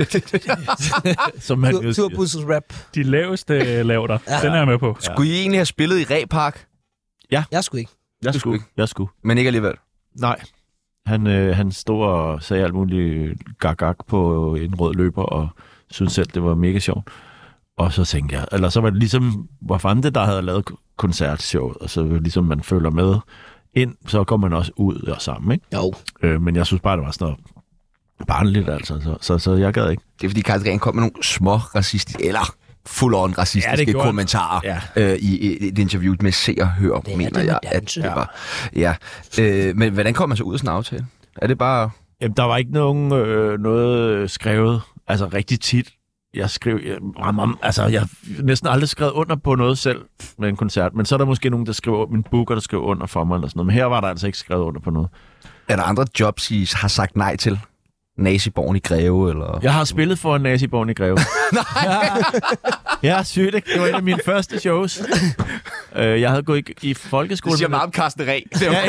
Som man jo Tur- siger. Turbusses rap. De laveste laver der. Ja. Den er jeg med på. Skulle I egentlig have spillet i Ræpark, Jeg skulle ikke. Jeg Du skulle skulle. ikke. Jeg skulle. men ikke alligevel? Nej. Han, øh, han stod og sagde alt muligt gag-gag på en rød løber, og syntes selv, det var mega sjovt. Og så tænkte jeg, eller så var det ligesom Wafande, der havde lavet koncertshowet, og så ligesom man følger med ind, så kommer man også ud og sammen, ikke? Jo. Øh, men jeg synes bare, det var sådan noget barnligt, altså. Så, så, så jeg gad ikke. Det er fordi Karl Gren kom med nogle små racistiske, eller full-on racistiske Ja, det gjorde kommentarer Ja. øh, i, i et interview med Se og Hør, Det er mener det jeg, med at danse. det var. Ja. Øh, men hvordan kommer man så ud af sådan en aftale? Er det bare... Jamen, der var ikke nogen, øh, noget skrevet, altså rigtig tit. Jeg skrev, jeg, altså jeg har næsten aldrig skrevet under på noget selv med en koncert, men så er der måske nogen, der skriver, min booker, der skriver under for mig eller sådan noget. Men her var der altså ikke skrevet under på noget. Er der andre jobs, I har sagt nej til? Naziborgen i Greve, eller... Jeg har spillet for en naziborn i Greve. Nej! Ja, sygt, ikke? Det var en af mine første shows. Øh, jeg havde gået i, i folkeskole... Det siger med- meget om Karsten Ræ. Ja,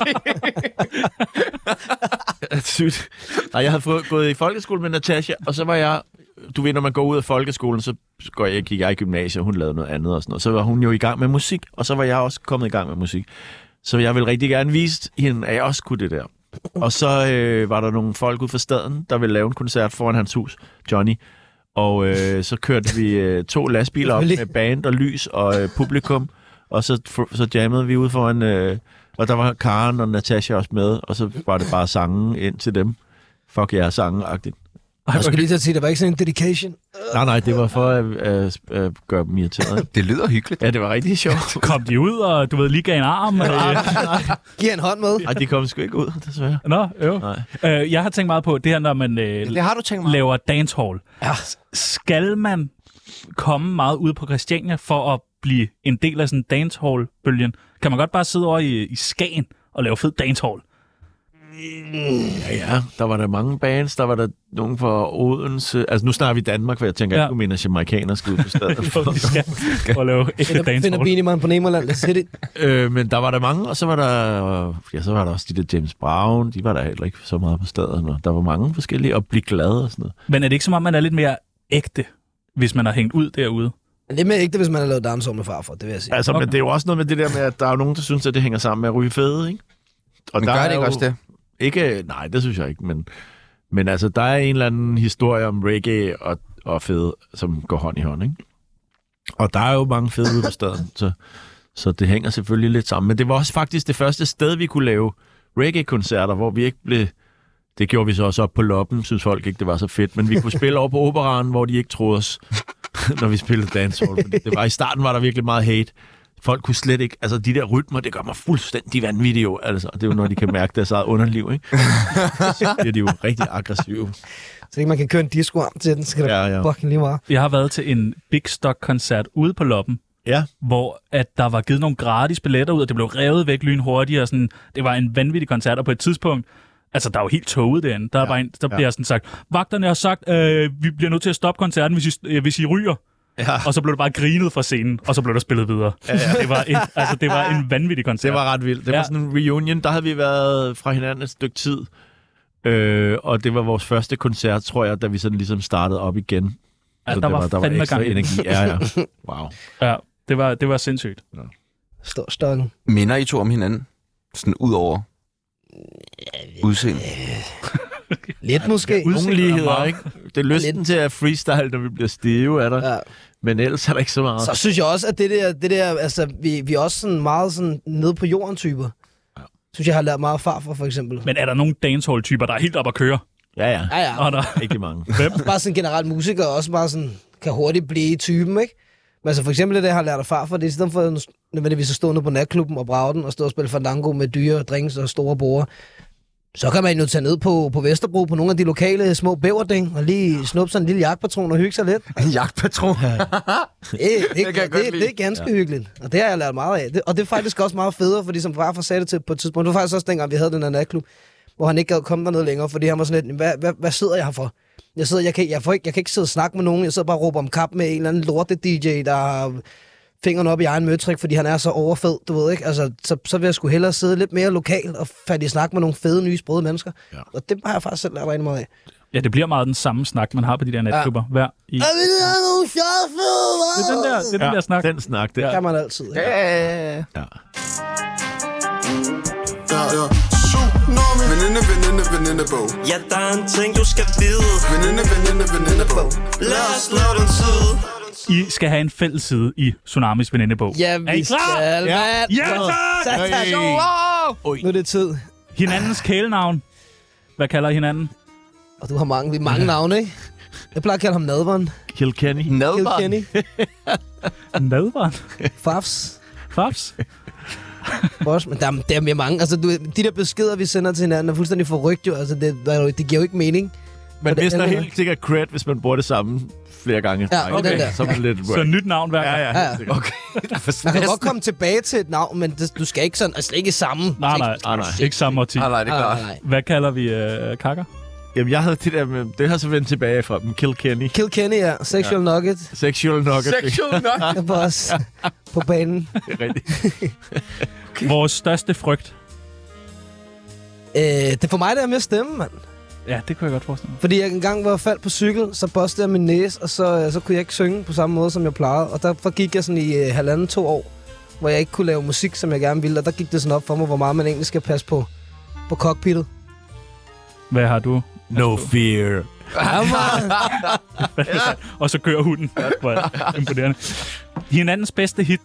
ja. Sygt. Nej, jeg havde fået, gået i folkeskole med Natasha, og så var jeg... Du ved, når man går ud af folkeskolen, så går jeg, gik jeg i gymnasiet, og hun lavede noget andet og sådan noget. Så var hun jo i gang med musik, og så var jeg også kommet i gang med musik. Så jeg ville rigtig gerne vise hende, at jeg også kunne det der. Og så øh, var der nogle folk ud fra staden, der ville lave en koncert foran hans hus, Johnny. Og øh, så kørte vi øh, to lastbiler op med band og lys og øh, publikum, og så, så jammede vi ud foran... Øh, og der var Karen og Natasha også med, og så var det bare sangen ind til dem. Fuck jer, sangen-agtigt. Jeg skulle lige til at sige, der var ikke sådan en dedication. Nej, nej, det var for at, at, at gøre dem irriteret. Det lyder hyggeligt. Ja, det var rigtig sjovt. Kom de ud, og du ved, lige gav en arm? Eller? Giv en hånd med. Nej, de kom sgu ikke ud, desværre. Nå, jo. Nej. Øh, jeg har tænkt meget på det her, når man øh, Det har du tænkt mig. laver dancehall. Ja. Skal man komme meget ud på Christiania for at blive en del af sådan dancehall-bølgen? Kan man godt bare sidde over i, i Skagen og lave fed dancehall? Ja, ja, der var der mange bands, der var der nogen fra Odense. Altså, nu snakker vi Danmark, for jeg tænker, Ja. at du mener, at jamaicaner skal ud på stedet. Jo, de skal for at lave ægte Finder, finder dancehall. Beanie-Man på Nemoland. Let's hit it. øh, men der var der mange, og så var der, ja, så var der også de der James Brown. De var der heller ikke så meget på stedet. Og der var mange forskellige, og blive glade og sådan noget. Men er det ikke som om, man er lidt mere ægte, hvis man har hængt ud derude? Men det er mere ægte, hvis man har lavet dancehall med farfor, det vil jeg sige. Altså, Okay. men det er jo også noget med det der med, at der er jo nogen, der synes, at det hænger sammen med at ryge fede, ikke? Og Men der gør er det ikke jo- også det? Ikke, nej, det synes jeg ikke, men, men altså, der er en eller anden historie om reggae og, og fede, som går hånd i hånd, ikke? Og der er jo mange fede ude på staden, så, så det hænger selvfølgelig lidt sammen. Men det var også faktisk det første sted, vi kunne lave reggae-koncerter, hvor vi ikke blev... Det gjorde vi så også op på Loppen, synes folk ikke, det var så fedt. Men vi kunne spille over på Operaren, hvor de ikke troede os, når vi spillede dancehall. Fordi det var, i starten var der virkelig meget hate. Folk kunne slet ikke... Altså, de der rytmer, det gør mig fuldstændig vanvittigt jo. Altså, det er jo, når de kan mærke deres eget underliv, ikke? Så bliver de jo rigtig aggressive. Så ikke man kan køre en disco-arm til den, så skal Ja, der ja. fucking lige meget. Jeg har været til en Big Stock-koncert ude på Loppen, Ja. hvor at der var givet nogle gratis billetter ud, og det blev revet væk lynhurtigt, og sådan, det var en vanvittig koncert, og på et tidspunkt, altså der er jo helt toget derinde, der, ja, er bare en, der ja. bliver sådan sagt, vagterne har sagt, øh, vi bliver nødt til at stoppe koncerten, hvis I, øh, hvis I ryger. Ja. Og så blev det bare grinet fra scenen, og så blev der spillet videre. Ja, ja. Det, var en, altså, det var en vanvittig koncert. Det var ret vildt. Det Ja. var sådan en reunion. Der havde vi været fra hinanden et stykke tid. Øh, og det var vores første koncert, tror jeg, da vi sådan ligesom startede op igen. Ja, så der det var var, der var fandme ekstra gang i den. energi. Ja, ja. Wow. Ja, det var, det var sindssygt. Stor stokken. Minder I to om hinanden? Sådan ud over udseende. Lidt måske. Nogle ligheder, ikke? Det er lysten Lidt. til at freestyle, når vi bliver stive, er der. Ja. Men ellers er der ikke så meget. Så synes jeg også, at det der, det der altså, vi, vi er også sådan meget sådan nede på jorden typer. Ja. Synes jeg har lært meget af farfar, for eksempel. Men er der nogle dancehall-typer, der er helt op at køre? Ja, ja. Ja, ja. Og der... Ikke mange. Hvem? Bare sådan generelt musikere også bare sådan, kan hurtigt blive typen, ikke? Men altså for eksempel det, der jeg har lært af farfar, det er i stedet for nødvendigvis at stå nede på natklubben og brage den, og stå og spille fandango med dyre, drinks og store borde. Så kan man jo tage ned på, på Vesterbro på nogle af de lokale små bæverding, og lige snuppe sådan en lille jagtpatron og hygge sig lidt. En jagtpatron. Det, det, det, kan jeg det, godt det, lide. det er ganske ja. hyggeligt, og det har jeg lært meget af. Det, og det er faktisk også meget federe, fordi som farfar sagde det til på et tidspunkt, det var faktisk også dengang, vi havde den her natklub, hvor han ikke gad komme derned længere, fordi han var sådan lidt, hvad, hvad, hvad sidder jeg her for? Jeg, sidder, jeg, kan, jeg, får ikke, jeg kan ikke sidde og snakke med nogen, jeg sidder bare og råber om kap med en eller anden lorte-D J, der har fingrene op i egen møtrik, fordi han er så overfed, du ved ikke? Altså, så, så vil jeg sgu hellere sidde lidt mere lokalt og falde i snak med nogle fede, nye, sprøde mennesker. Ja. Og det har jeg faktisk selv lært rigtig meget af. Ja, det bliver meget den samme snak, man har på de der natklubber. Ja. Hver i... Er vi der nogle Det er den der, det er den Ja, der snak. Den snak, det Det kan man altid. Ja. Ja. Ja. Ja, ja. Tsunami. Veninde, veninde, venindebog. Ja, der er en ting, du skal vide. Veninde, veninde, venindebog. Lad os slå den tid. I skal have en fælles side i Tsunamis venindebog. Ja, Er I vi klar? skal, Ja. mand. Ja, tak! Satan. Oj. Nu er det tid. Hinandens kælenavn. Hvad kalder I hinanden? Og du har mange, vi har mange navne, ikke? Jeg plejer at kalde ham Nadveren. Kilkenny. Kill Nadbarn. Kenny. Nadbarn. Fafs. Fabs. Boss. Men der, er- der er mere mange. Altså, du, de der beskeder, vi sender til hinanden, er fuldstændig forrygt jo. Altså, det, det giver jo ikke mening. Man Og det- mister den- helt sikkert cred, hvis man bruger det samme flere gange. Ja, okay. den der. Så er man lidt... Så nyt navn hver gang. Ja, ja. Ja, ja. Okay. Man kan godt komme tilbage til et navn, men det, du skal ikke sådan, altså ikke i samme. Nej, nej, Ah, nej. ikke samme årti. Nej, nej, det er Nej, klart. nej, nej. Hvad kalder vi øh, kakker? Jamen, jeg havde det der med... Det har så vendt tilbage fra dem. Kilkenny. Kill Kenny, ja. Sexual ja. Nugget. Sexual nugget. Sexual nok. Jeg var også på banen. Det er rigtigt. Vores største frygt. Øh, det er for mig, der er med at stemme, mand. Ja, det kunne jeg godt forestille mig. Fordi jeg engang var faldt på cykel, så bostede jeg min næse, og så, så kunne jeg ikke synge på samme måde, som jeg plejede. Og derfor gik jeg sådan i øh, halvanden, to år, hvor jeg ikke kunne lave musik, som jeg gerne ville. Og der gik det sådan op for mig, hvor meget man egentlig skal passe på, på cockpittet. Hvad har du? No fear. Ja, man. Og så kører hunden. Hvor er det imponerende. Hinandens bedste hit.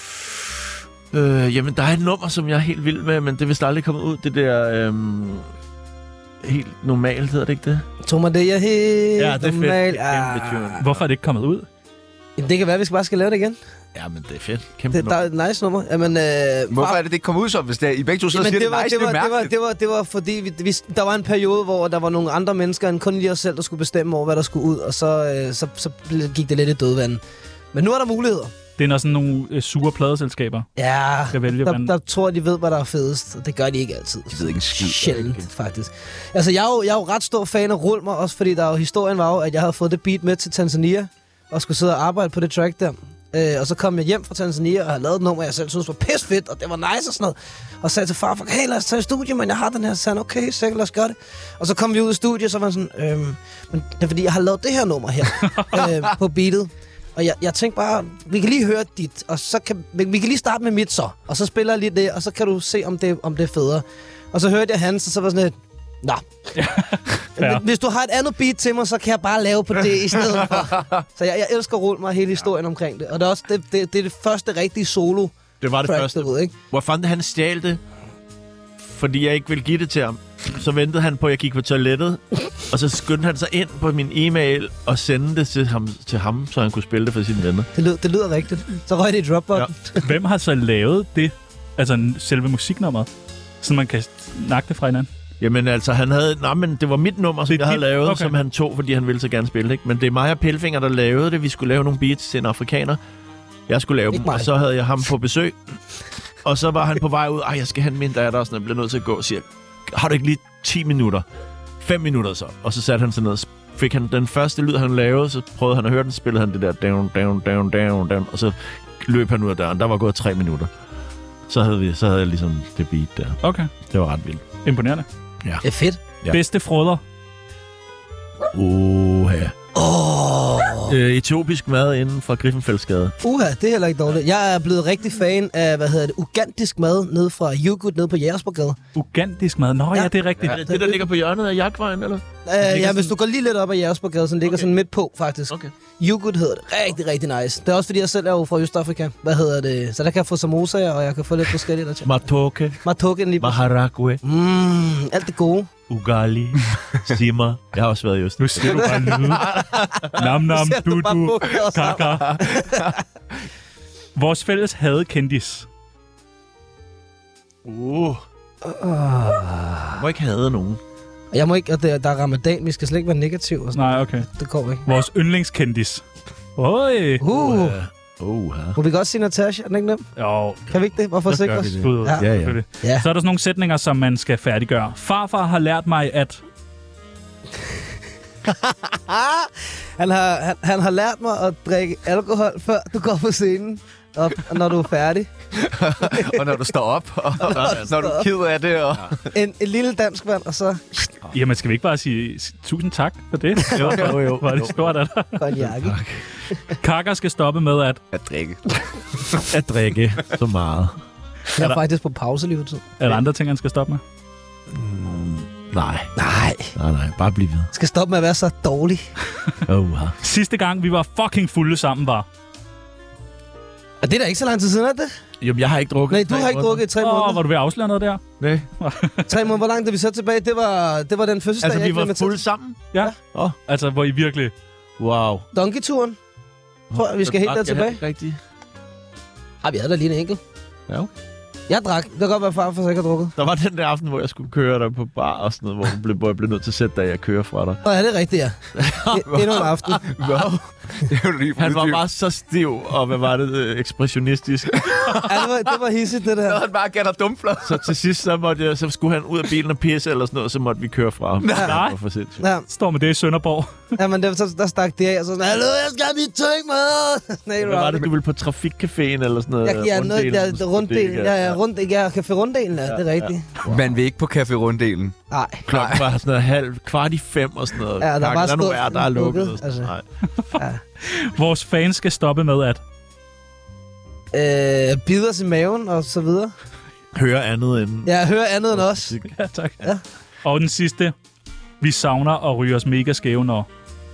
Øh, jamen, der er et nummer, som jeg er helt vild med, men det er vist aldrig kommet ud. Det der... Øhm, helt normalt, hedder det ikke det? Tog mig det, jeg helt Ja, det er fedt. normalt. Det er kæmpe tune. Hvorfor er det ikke kommet ud? Jamen, det kan være, at vi skal bare skal lave det igen. Ja, men det er fedt. Kæmpe Det, der er et nice nummer. Jamen, øh, Hvorfor er det, det ikke kommet ud så, hvis det er, I begge to sidder og Jamen, siger, det var, nice, det, var, det er det, var, mærkeligt? det, var, det var fordi, vi, vi, der var en periode, hvor der var nogle andre mennesker end kun lige os selv, der skulle bestemme over, hvad der skulle ud, og så, øh, så, så gik det lidt i dødvandet. Men nu er der muligheder. Det er når sådan nogle øh, sure pladeselskaber Ja, skal vælge, der, hvad der tror jeg, de ved, hvad der er fedest, og det gør de ikke altid. De ved ikke en skid. Sjældent, faktisk. Altså, jeg er, jo, jeg er jo ret stor fan af Rulmer, også fordi der jo, historien var jo, at jeg havde fået det beat med til Tanzania, og skulle sidde og arbejde på det track der. Øh, og så kom jeg hjem fra Tanzania og havde lavet et nummer, jeg selv synes var pis fedt, og det var nice og sådan noget. Og sagde til far, hey, lad os tage i studiet, men jeg har den her. Så sagde han, okay, sikkert, lad os gøre det. Og så kom vi ud i studiet, og så var han sådan, øhm, men det er fordi, jeg har lavet det her nummer her øh, på beatet. Og jeg, jeg tænkte bare, vi kan lige høre dit, og så kan vi, vi kan lige starte med mit så. Og så spiller jeg lige det, og så kan du se, om det, om det er federe. Og så hørte jeg hans, og så var sådan et, Nå. Ja. Hvis du har et andet beat til mig, så kan jeg bare lave på det i stedet for. Så jeg, jeg elsker at rulle mig hele historien omkring det. Og det er også det, det, det, er det første rigtige solo. Det var det track, første. Ved, ikke? Hvor fanden han stjal det, fordi jeg ikke ville give det til ham. Så ventede han på, at jeg gik på toilettet, og så skyndte han sig ind på min e-mail og sendte det til ham, til ham så han kunne spille det for sine venner. Det lyder, det lyder rigtigt. Så røg det i Dropboxen. Ja. Hvem har så lavet det? Altså selve musiknummeret? Så man kan snakke det fra hinanden? Jamen altså, han havde... Nej, men det var mit nummer, som jeg havde lavet, okay. Som han tog, fordi han ville så gerne spille, ikke? Men det er mig og Pelfinger, der lavede det. Vi skulle lave nogle beats til en afrikaner. Jeg skulle lave dem, og så havde jeg ham på besøg. Og så var han på vej ud. Ej, jeg skal have min datter, og sådan, jeg bliver nødt til at gå og siger, har du ikke lige ti minutter? fem minutter så. Og så satte han sig ned, og fik han den første lyd, han lavede, så prøvede han at høre den, spillede han det der down, down, down, down, down, og så løb han ud af døren. Der var gået tre minutter. Så havde, vi, så havde jeg ligesom det beat der. Okay. Det var ret vildt. Imponerende. Ja. Det er fedt. Ja. Bedste frøder? Uha. Åh. Øh, etiopisk mad inden fra Griffenfeldsgade. Uha, det er heller ikke dårligt. Jeg er blevet rigtig fan af, hvad hedder det, ugandisk mad nede fra Yoghurt nede på Jægersborgade. Ugandisk mad? Nå ja, ja det er rigtigt. Ja, det, det, der ligger på hjørnet af Jagtvejen, eller? Uh, ja, sådan... hvis du går lige lidt op ad Jægersborgade, så ligger okay. Sådan midt på, faktisk. Okay. Yoghurt hedder det. Rigtig, rigtig nice. Det er også, fordi jeg selv er jo fra Østafrika. Hvad hedder det? Så der kan jeg få samosa, og jeg kan få lidt forskelligt der til. Matoke. Matoke lige på. Maharagwe. Mm, alt det gode. Ugali. Sima. Jeg har også været i Øst. Nu siger du bare lyde. Nam, nam, du, du, kaka. Vores fælles hadekendis. Uh. Uh. Må ikke have nogen. Jeg må ikke, og der, der er ramadan, vi skal slet ikke være negativ. Og sådan. Nej, okay. Det, det går ikke. Vores yndlingskendis. Oj. Uh. Uh. Uh, Må vi godt sige Natasha? Er den ikke nem? Jo. Kan vi ikke det? Hvorfor sikre os? Ja. Ja, ja. Ja. Så er der sådan nogle sætninger, som man skal færdiggøre. Farfar har lært mig, at... han, har, han, han har lært mig at drikke alkohol, før du går på scenen. Og, og når du er færdig. Og når du står op. Og når du er ked af det. Og... En, en lille dansk vand, og så... Jamen, skal vi ikke bare sige tusind tak for det? Jo, jo, jo. Var det stort af dig? For en jakke. Kakker skal stoppe med at... At drikke. At drikke så meget. Jeg er, er faktisk på pause lige for tid. Er der andre ting, han skal stoppe med? Mm, nej. Nej. Nej, nej. Bare bliv ved. Skal stoppe med at være så dårlig. Oh, ja. Sidste gang, vi var fucking fulde sammen, var... Og det er da ikke så lang tid siden, er det? Jamen, jeg har ikke drukket. Nej, du har ikke drukket i tre måneder. Åh, var du ved at afsløre noget der? Nej. Tre måneder, hvor langt er vi så tilbage? Det var, det var den fødselsdag, altså, jeg vi ikke var fulde sammen? Ja. Oh. Altså, hvor I virkelig... Wow. Donkey-turen. Tror jeg, vi skal helt der tilbage. Rigtigt. Ej, vi havde da lige en enkelt. Ja, okay. Jeg drak. Det kan godt være, far for sig ikke har drukket. Der var den der aften, hvor jeg skulle køre dig på bar og sådan noget, hvor, blev, hvor jeg blev nødt til at sætte dig, jeg kører fra dig. Nå, ja, det er rigtigt, ja. Endnu en aften. Wow. Han var bare så stiv, og hvad var det, ekspressionistisk. Ja, det var, det var hissigt, det der. Så han bare gav dig dumflor. Så til sidst, så, måtte jeg, så skulle han ud af bilen og pisse eller sådan noget, så måtte vi køre fra ham. Nej. Det var for ja. Står med det i Sønderborg. Ja, men der, så, der stak det af, og så sådan, hallo, jeg skal have mit ting med. Nej, hvad var det, du ville på Trafikcaféen eller sådan noget? Jeg, ja, noget der runddelen. Ja, ja, rund, ja, Café Runddelen, ja, det er rigtigt. Ja. Wow. Man vil ikke på Café Runddelen. Nej. Klokken var sådan noget halv, kvart i fem og sådan noget. Ja, der var der nu er, der er lukket. lukket altså. Nej. Ja. Vores fans skal stoppe med at... Øh, bide os i maven og så videre. Høre andet end... Ja, høre andet end os. Ja, tak. Ja. Og den sidste. Vi savner at ryge os mega skæve, når...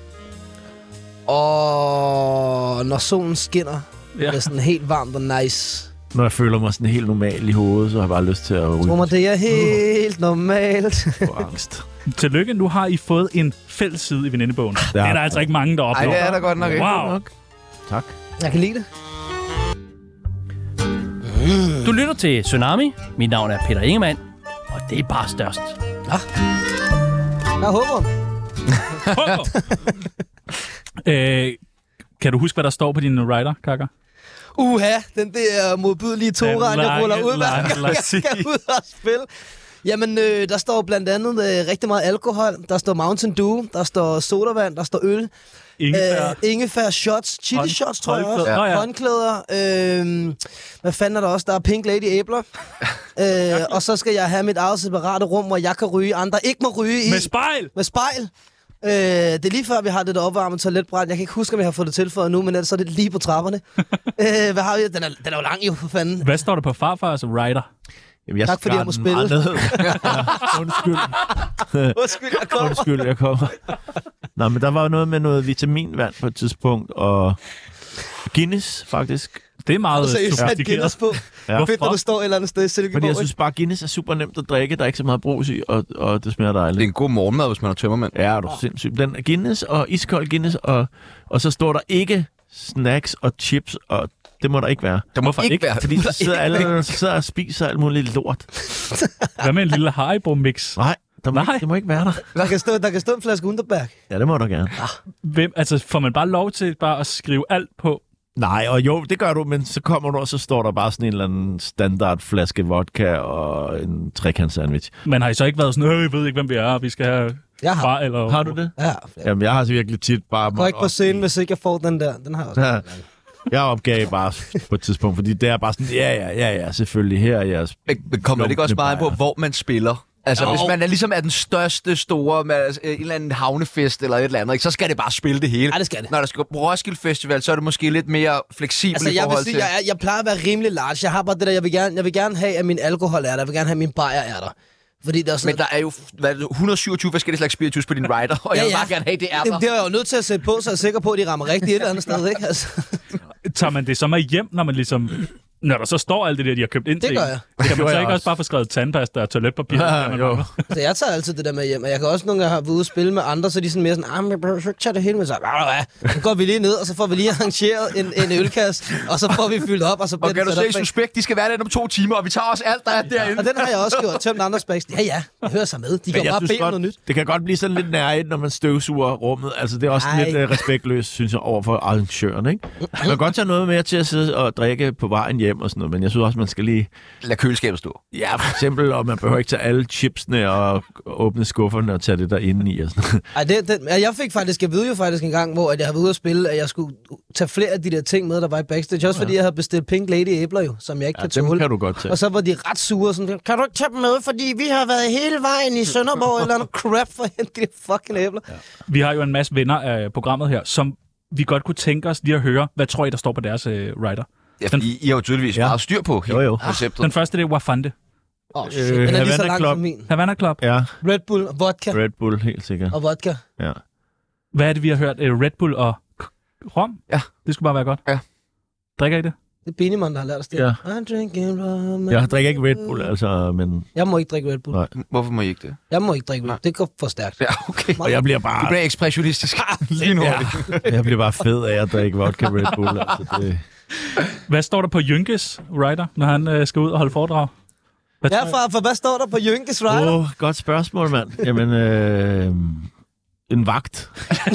Og når solen skinner, ja. Det er sådan helt varmt og nice. Når jeg føler mig sådan helt normal i hovedet, så har jeg bare lyst til at ryge. Tror mig, det er helt uh. normalt. For angst. Tillykke, nu har I fået en fælles side i venindebogen. Det er, det er der altså ikke mange, der opnår. Nej, det er der godt nok ikke. Wow. Nok. Tak. Jeg kan lide det. Mm. Du lytter til Tsunami. Mit navn er Peter Ingemann, og det er bare størst. Ja. Jeg håber. øh, kan du huske, hvad der står på din rider, Kakker? Uha, den der modbydelige toran, jeg ruller ud, hver gang jeg skal ud og spille. Jamen, øh, der står blandt andet øh, rigtig meget alkohol. Der står Mountain Dew, der står sodavand, der står øl. Ingefær. Øh, ingefær shots, chili Hånd, shots, tror jeg også. Ja. Håndklæder. Øh, hvad fanden er der også? Der er Pink Lady æbler. øh, og så skal jeg have mit eget separate rum, hvor jeg kan ryge, andre ikke må ryge i. Med spejl! Med spejl. Øh, det er lige før, vi har det der opvarmet toiletbræt. Jeg kan ikke huske, om jeg har fået det tilføjet nu, men ellers så er det lige på trapperne. øh, hvad har vi? Den er, den er jo lang jo, for fanden. Hvad står der på farfars rider? Jamen, jeg Tak fordi jeg må spille. ja, undskyld. Undskyld, jeg kommer. Undskyld, jeg kommer. Nå, men der var jo noget med noget vitaminvand på et tidspunkt, og Guinness, faktisk. Det er meget Så I satte sofistikeret. Guinness på. Ja. Fedt, når du står et eller andet sted i Silkeborg. Fordi jeg synes bare, Guinness er super nemt at drikke. Der er ikke så meget brus i, og, og det smager dejligt. Det er en god morgenmad, hvis man har tømmermand. Ja, er du sindssygt. Den er Guinness og iskold Guinness, og, og så står der ikke snacks og chips, og det må der ikke være. Der må Hvorfor ikke, ikke? være. Fordi så sidder alle så sidder og spiser alt muligt lort. Hvad med en lille Haribo-mix? Nej, der må Nej. ikke, det må ikke være der. Der kan stå, der kan stå en flaske Underberg. Ja, det må der gerne. Hvem, altså, får man bare lov til bare at skrive alt på? Nej, og jo, det gør du, men så kommer du, og så står der bare sådan en eller anden standard flaske vodka og en trekant sandwich. Men har I så ikke været sådan, øh, jeg ved ikke, hvem vi er, vi skal have Jeg har. far, eller... Har du det? Ja, Jamen, jeg har så virkelig tit bare... går ikke på scenen, hvis ikke jeg får den der. Den har jeg også. Ja. Jeg opgav bare på et tidspunkt, fordi det er bare sådan, ja, ja, ja, ja, selvfølgelig her er jeres... Men, men kommer det ikke også meget på, hvor man spiller? Altså, Jo. hvis man er ligesom er den største store med altså, en eller anden havnefest eller et eller andet, ikke, så skal det bare spille det hele. Ja, det skal det. Når der skal på Roskilde Festival, så er det måske lidt mere fleksibelt Altså, i jeg vil forhold sige, til... jeg, er, jeg plejer at være rimelig large. Jeg har bare det der, jeg vil gerne, jeg vil gerne have, at min alkohol er der. Jeg vil gerne have, at min bajer er der. Fordi der er sådan Men der er jo hvad er det, et hundrede og syvogtyve forskellige slags spiritus på din rider, og jeg vil bare gerne have, det er der. det, det er jeg jo nødt til at sætte på, så jeg er sikker på, at de rammer rigtigt et eller andet sted, ikke? Altså. Tager man det så med hjem, når man ligesom... Når der så står alt det der, de har købt ind Det til gør en? jeg. Kan man så jeg ikke også. også bare få skrevet tandpasta og toiletpapir? Ja, når man jo. mangler? Så jeg tager altid det der med hjem, og jeg kan også nogle gange have været ude og spille med andre, så de er sådan mere sådan, ah, men jeg behøver ikke tage det hele med, så hvad, så går vi lige ned, og så får vi lige arrangeret en, en ølkasse, og så får vi fyldt op, og så bliver Og kan du det sat se, op bag. suspekt, de skal være der om to timer, og vi tager også alt, der er derinde. Og den har jeg også gjort, tømt andres bags. Ja, ja, jeg hører sig med. De kan Men jo jeg bare synes bede om godt, noget nyt. det kan godt blive sådan lidt nærigt, når man støvsuger rummet. Altså, det er også Nej. lidt uh, respektløst, synes jeg, over for arrangøren, ikke? Man kan godt tage noget mere til at sidde og drikke på vejen hjem og sådan noget, men jeg synes også, man skal lige... Lad køleskabet stå. Ja, for eksempel, og man behøver ikke tage alle chipsene og åbne skufferne og tage det der inde i og sådan noget. Ej, det, det, jeg fik faktisk, jeg ved jo faktisk en gang, hvor at jeg havde været ude at spille, at jeg skulle tage flere af de der ting med, der var i backstage. Også fordi jeg havde bestilt Pink Lady æbler jo, som jeg ikke Ja, kan dem tåle. kan du godt tage. Og så var de ret sure, sådan, kan du ikke tage dem med, fordi vi har været hele vejen i Sønderborg, eller noget crap for at hente de der fucking æbler. Ja. Vi har jo en masse venner af programmet her, som vi godt kunne tænke os lige at høre. Hvad tror I, der står på deres øh, rider? Ja, for I, I har jo tydeligvis Ja. meget styr på Jo, jo. konceptet. Den første, det er Wafande. Åh, oh, shit. Øh, Den er lige så Havana lang Club. som min. Havana Club. Ja, Red Bull og vodka. Red Bull, helt sikkert. Og vodka. Ja. Hvad er det, vi har hørt? Øh, Red Bull og k- rom? Ja. Det skulle bare være godt. Ja. Drikker I det? Det er Beniemann, der har lært os det. Ja. I'm drinking rum. Jeg drikker ikke Red Bull, altså, men... Jeg må ikke drikke Red Bull. Nej. Hvorfor må I ikke det? Jeg må ikke drikke Red Bull. Det går for stærkt. Ja, okay. Og jeg bliver Du bare... bliver ekspressionistisk. Lige Ja, jeg bliver bare fed af at drikke vodka Red Bull. Altså, det... Hvad står der på Jynkes rider, når han øh, skal ud og holde foredrag? Hvad Ja, tror I? far, for hvad står der på Jynkes rider? Åh, oh, godt spørgsmål, mand. Jamen, øh... en vagt.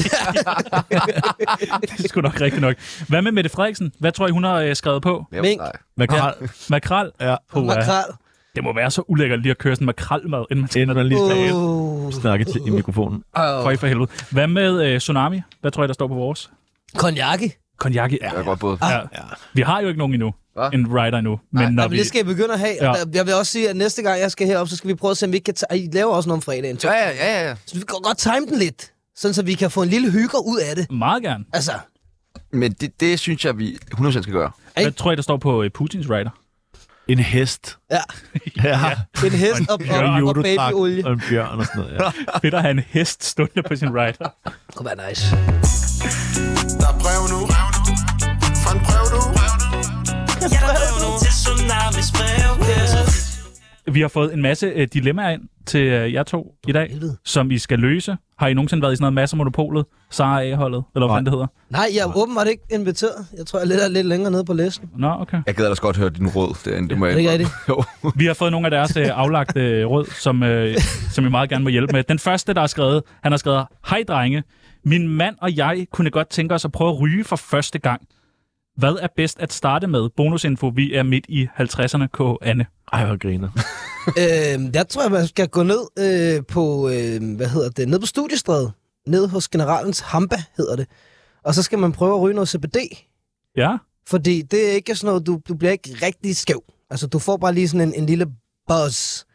Det er sgu nok rigtigt nok. Hvad med Mette Frederiksen? Hvad tror I, hun har øh, skrevet på? Mink. Makrel. Makrel? Ja. Puh, Makrel. det må være så ulækkert lige at køre sådan en makrelmad, inden man skal Inden man lige skal Uh. snakke til i mikrofonen. for i for helvede. Hvad med øh, Tsunami? Hvad tror I, der står på vores? Konjaki. Konjaki. Det er godt både. Ja. Vi har jo ikke nogen endnu. Hva? En rider endnu. Men Nej, når Jamen, vi... det skal jeg begynde at have. Ja. Ja. Jeg vil også sige, at næste gang jeg skal herop, så skal vi prøve at se, om vi ikke kan tage... I laver også noget om fredagen. Ja, ja, ja, ja. Så vi kan godt time den lidt, sådan så vi kan få en lille hygger ud af det. Meget gerne. Altså, Men det, det synes jeg, vi hundrede procent skal gøre. Hvad tror I, der står på øh, Putins rider? En hest. ja. Ja. En hest og, Og en og, og judodragt babyolie. og en bjørn og sådan noget. Ja. Fedt at have en hest stående på sin rider. Det kunne være nice. Der er brev nu. Fra en brev nu. Jeg er brev nu til Tsunamis brevkasse. Vi har fået en masse øh, dilemmaer ind til øh, jer to i dag, Helvede. som I skal løse. Har I nogensinde været i sådan noget masser monopolet? Sara A-holdet? Eller hvad fanden det hedder? Nej, jeg er åbenbart ikke inviteret. Jeg tror, jeg er lidt, lidt længere nede på listen. Nå, okay. Jeg gad ellers godt høre din råd derinde. Det må jeg Er det ikke Jo. Vi har fået nogle af deres øh, aflagte øh, råd, som, øh, som I meget gerne må hjælpe med. Den første, der har skrevet, han har skrevet, hej drenge, min mand og jeg kunne godt tænke os at prøve at ryge for første gang. Hvad er bedst at starte med? Bonusinfo, vi er midt i halvtredserne, K. Anne. Ej, hvor griner. øh, jeg tror, man skal gå ned øh, på, øh, hvad hedder det, ned på Studiestræde. Ned hos Generalens Hamba, hedder det. Og så skal man prøve at ryge noget C B D. Ja? Fordi det er ikke sådan noget, du, du bliver ikke rigtig skæv. Altså, du får bare lige sådan en, en lille buzz.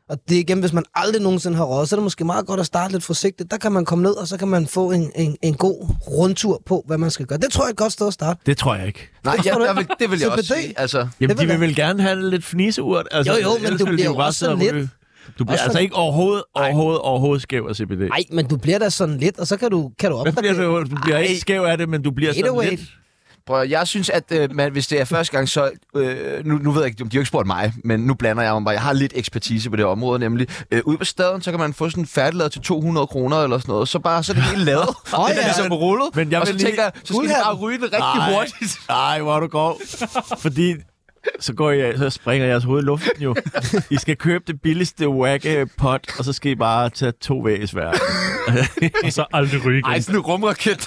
Og det er igen, hvis man aldrig nogensinde har råd, så er det måske meget godt at starte lidt forsigtigt. Der kan man komme ned, og så kan man få en, en, en god rundtur på, hvad man skal gøre. Det tror jeg er et godt sted at starte. Det tror jeg ikke. Nej, Det ja, tror du der ikke? vil, det vil jeg også C B D? sige. Altså, Jamen, vil de vil jeg. vel gerne have lidt fniseurt. Altså, Jo, jo, men ellers du ville de bliver jo jo bare også sidde og lidt- ryge. Du bliver Også altså sådan- ikke overhovedet, overhovedet, overhovedet skæv af C B D. Nej, men du bliver da sådan lidt, og så kan du, kan du Hvad bliver opgradere. du? Du bliver ikke skæv af det, men du bliver sådan Gatorade. lidt... prøv, at- jeg synes, at øh, man, hvis det er første gang, så... Øh, nu, nu ved jeg ikke, de har jo ikke spurgt mig, men nu blander jeg mig bare. Jeg har lidt ekspertise på det område, nemlig. Øh, ude på staden, så kan man få sådan en færdiglavet til to hundrede kroner eller sådan noget. Så bare så er det helt lavet. Åh, det er ja. ligesom rullet. Men jeg og så vil lige- tænker jeg, så skal de bare ryge det rigtig Nej. hurtigt. Nej, hvor er du går. Fordi så, går jeg, så springer jeres hoved i luften jo. I skal købe det billigste wagge pot, og så skal I bare tage to vægesvær. Og så aldrig ryge igen. Ej, sådan en rumraket.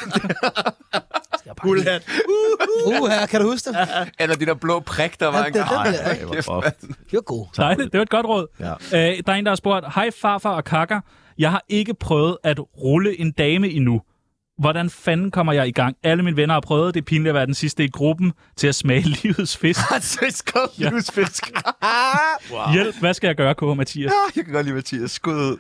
Guldhat. Uh, her, kan du huske det? Eller de der blå prik, der var Ja, en det- gang. det- Ej, det var kæft, buff. mand. Det var god. Dejligt, det var et godt råd. Ja. Øh, der er en, der har spurgt, hej farfar og kakker. Jeg har ikke prøvet at rulle en dame endnu. Hvordan fanden kommer jeg i gang? Alle mine venner har prøvet. Det er pinligt at være den sidste i gruppen til at smage livets fisk. Altså, skål, Ja. livsfisk. Wow. Hjælp, hvad skal jeg gøre, K. Mathias? Jeg kan godt lide Mathias. Skud ud.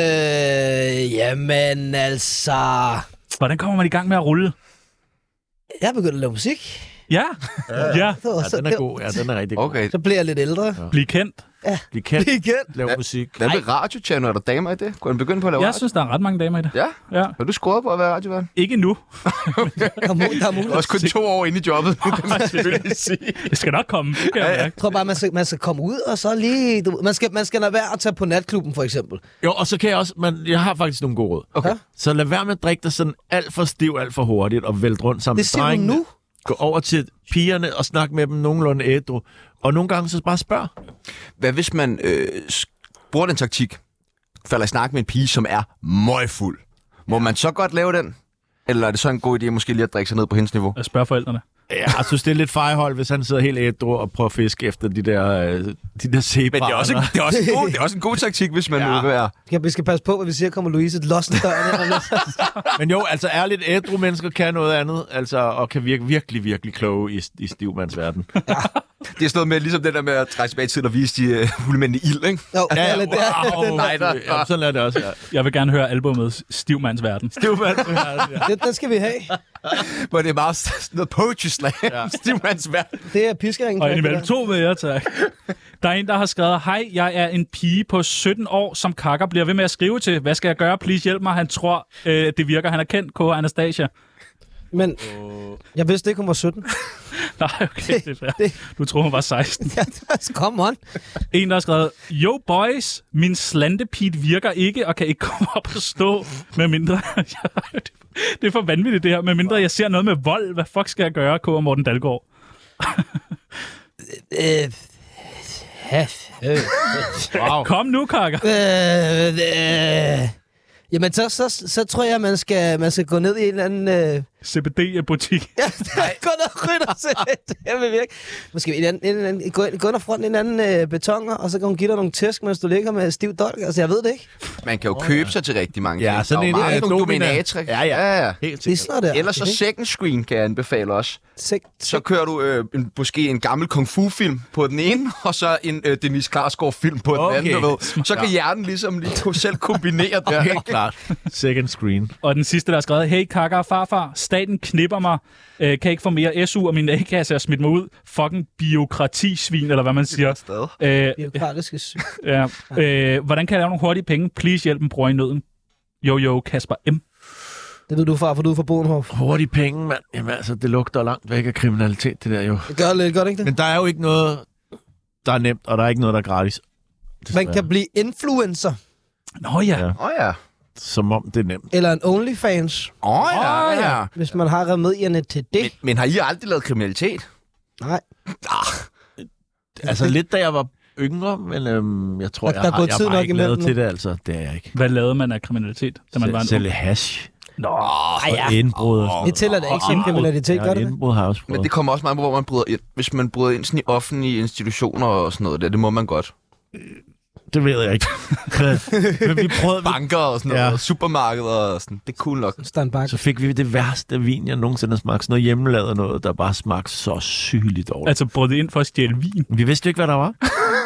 Øh, jamen altså... Hvordan kommer man i gang med at rulle? Jeg er begyndt at lave musik. Ja, ja. Det var Ja, så- den er god. Ja, den er rigtig god. Okay. Så bliver jeg lidt ældre. Bliv kendt. Bliv kendt. Igen. Lav Ja. musik. Hvad med radiochannel? Er der damer i det? Kunne han begynde på at lave Jeg radio? synes, der er ret mange damer i det. Ja? Ja. Har du scoret på at være radiovært? Ikke nu. Der er, mu- der er mulighed. Også kun to år inde i jobbet. Det kan man selvfølgelig sige. Det skal nok komme. Det kan jeg mærke. Jeg tror bare, man skal, man skal komme ud, og så lige... Du, man, skal, man skal lade være at tage på natklubben, for eksempel. Jo, og så kan jeg også... Men jeg har faktisk nogle gode råd. Okay. Så lad være med at drikke dig sådan alt for stiv, alt for hurtigt og vælte rundt sammen Det med siger du drengene. nu? Gå over til pigerne og snak med dem nogenlunde ædru. Og nogle gange så bare spørg. Hvad hvis man øh, sk- bruger den taktik, falder i snak med en pige, som er møgfuld? Må man så godt lave den? Eller er det så en god idé måske lige at drikke sig ned på hendes niveau? Jeg spørger forældrene. Ja, jeg synes, det er lidt fejhold, hvis han sidder helt ædru og prøver at fiske efter de der, øh, de der zebraer. Men det er også en, det er også en, god, det er også en god taktik, hvis man Ja. vil være... Ja, vi skal passe på, hvad vi siger, kommer Louise lossen døren. Men jo, altså ærligt, ædru mennesker kan noget andet, altså, og kan virke virkelig, virkelig kloge i, i stivmandsverden. Det er sådan noget med, ligesom det der med at trække tilbage i tiden og vise de uh, hulemændene ild, ikke? Jo, ja, ja, det er, wow. Nej, der- Ja, sådan er det også, ja. Jeg vil gerne høre albumet Stivmands Verden. Stivmandsverden, ja. det, den skal vi have. Hvor det er meget sådan noget poetry slam. Ja. Stivmands verden. Det er piskeringen. Og for indimellem det der. to med jer, tak. Der er en, der har skrevet, hej, jeg er en pige på sytten år, som kakker bliver ved med at skrive til. Hvad skal jeg gøre? Please hjælp mig. Han tror, øh, det virker. Han er kendt, K. Anastasia. Men jeg vidste ikke, hun var sytten. Nej, okay, det er fair. Det- Du tror, hun var seksten. Ja, come on. En, der har skrevet, yo boys, min slantepit virker ikke og kan ikke komme op og stå, med mindre... det er for vanvittigt, det her. Med mindre jeg ser noget med vold. Hvad fuck skal jeg gøre, K. og Morten Dalgaard? Øh, ja, øh, Wow. Kom nu, kakker. øh, øh. Jamen, så, så, så tror jeg, man skal, man skal gå ned i en eller anden... Øh... C B D-butik. Ja, gå ned og rytte til. Det vil virke. Måske en anden, en anden, gå, ind, gå ind og front en anden øh, betonger, og så kan hun give dig nogle tæsk, mens du ligger med stiv dolk. Altså, jeg ved det ikke. Man kan jo købe sig til rigtig mange Ja, ting. sådan Der er en, jo meget øh, nogle domina. dominatrix. Ja, ja. ja, ja. Helt Det er sådan noget der. Ellers så ikke? second screen kan jeg anbefale også. Sek, Så kører du øh, en, måske en gammel kung fu-film på den ene, og så en øh, Dennis Klarsgaard-film på Okay. den anden, du ved. Så kan hjernen ligesom lige kunne selv kombinere det. Helt klart. Second screen. Og den sidste, der har skrevet, hey kakker og farfar, staten knipper mig, øh, kan ikke få mere S U, og min A-kasse har smidt mig ud. Fucking biokratisvin, eller hvad man siger. Øh, Biokratiske syg. ja. øh, hvordan kan jeg lave nogle hurtige penge? Please hjælp en bror i nøden. Jo, jo, Kasper M. Det ved du, far, for du er fra Bodenhof. Hurtige penge, mand. Jamen altså, det lugter langt væk af kriminalitet, det der jo. Det gør lidt godt, ikke det? Men der er jo ikke noget, der er nemt, og der er ikke noget, der er gratis. Man kan blive influencer, Nå ja. Ja. Åh oh, ja. Som om det er nemt. eller en OnlyFans, Åh oh, ja, Åh, ja. hvis man har remedierne til det. Men, men har I aldrig lavet kriminalitet? Nej. Altså lidt da jeg var yngre, men øhm, jeg tror, Der- jeg, der er har, gået jeg tid var nok ikke lavet imellem til det, altså. Det er jeg ikke. Hvad lavede man af kriminalitet, da man var en Sælge hash Nå, Ej, ja. og indbrud og sådan Det tæller da ikke som kriminalitet, gør Ja, det det? indbrud har jeg også Men prøvet. det kommer også meget på, hvor man bryder ind. Hvis man bryder ind sådan i offentlige institutioner og sådan noget, det, det må man godt. Det ved jeg ikke. Men vi prøvede, Banker og sådan noget, Ja. og supermarkeder og sådan. Det er cool nok. Standbak. så fik vi det værste vin, jeg nogensinde har smagt. Sådan noget hjemmelavet noget, der bare smagte så sygeligt dårligt. altså brød ind for at stjæle vin. Vi vidste jo ikke, hvad der var.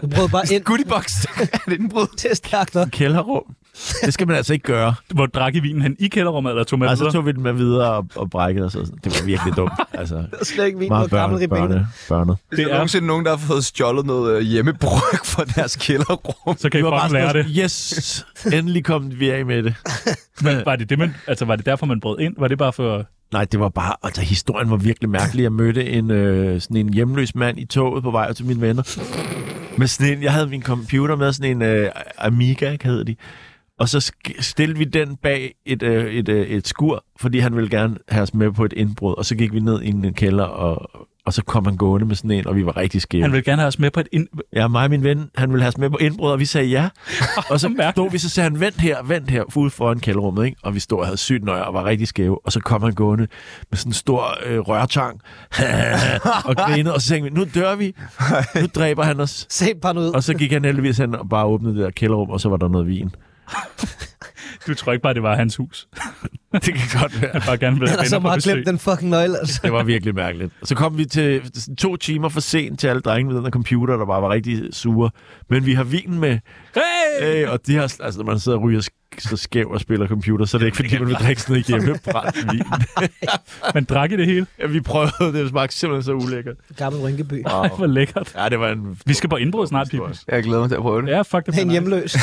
Du brød bare ind. Goodiebox. Er det indbrud? Det er stærkt nok. Kælderrum. Det skal man altså ikke gøre. Hvor drak I vinen hen i kælderrummet, eller tog med Og så videre? tog vi den med videre og, og brækkede os. Og sådan. Det var virkelig dumt. Altså, Det er slet ikke vin, meget hvor gammel børne, ribene. børne, børnet. Det er nogensinde nogen, der har fået stjålet noget øh, hjemmebryg fra deres kælderrum. Så kan I Det var bare fucking lære sådan, det. yes, endelig kom vi af med det. Men var det, det man, altså, var det derfor, man brød ind? Var det bare for... Nej, det var bare, altså historien var virkelig mærkelig. Jeg mødte en, øh, sådan en hjemløs mand i toget på vej til mine venner. Med sådan en, jeg havde min computer med, sådan en øh, Amiga, hedder de. Og så sk- stillede vi den bag et, øh, et, øh, et skur, fordi han ville gerne have os med på et indbrud. Og så gik vi ned i en kælder, og, og så kom han gående med sådan en, og vi var rigtig skæve. Han ville gerne have os med på et... Ind... Ja, mig og min ven, han ville have os med på indbrud, og vi sagde ja. Og så stod vi, så sagde han, vent her, vent her, ude foran kælderrummet, ikke? Og vi stod og havde sygt nøje og var rigtig skæve. Og så kom han gående med sådan en stor øh, rørtang og grinede, og så tænkte vi, nu dør vi, nu dræber han os. Se bare ud. Og så gik han heldigvis hen og bare åbnede det der kælderrum, og så var der noget vin. Du tror ikke bare, det var hans hus? Det kan godt være. Han bare gerne ville Han har have så venner på meget besøg. glemt den fucking nøgle, altså. Det var virkelig mærkeligt. Og så kom vi til to timer for sent til alle drenge ved den der computer, der bare var rigtig sure. Men vi har vinen med. Hey! Øh, og de har, altså, når man sidder og ryger så skæv og spiller computer, så er det ikke, fordi man vil drikke sådan noget hjemmebrændt vin. Men drak I det hele? Ja, vi prøvede. Det smagte simpelthen så ulækkert. Gammel Rynkeby. Ej, hvor lækkert. Ja, det var en... Vi skal på indbrud snart, Pibels. Jeg glæder mig til at prøve det. Ja, fuck det. Det er en hjemløs.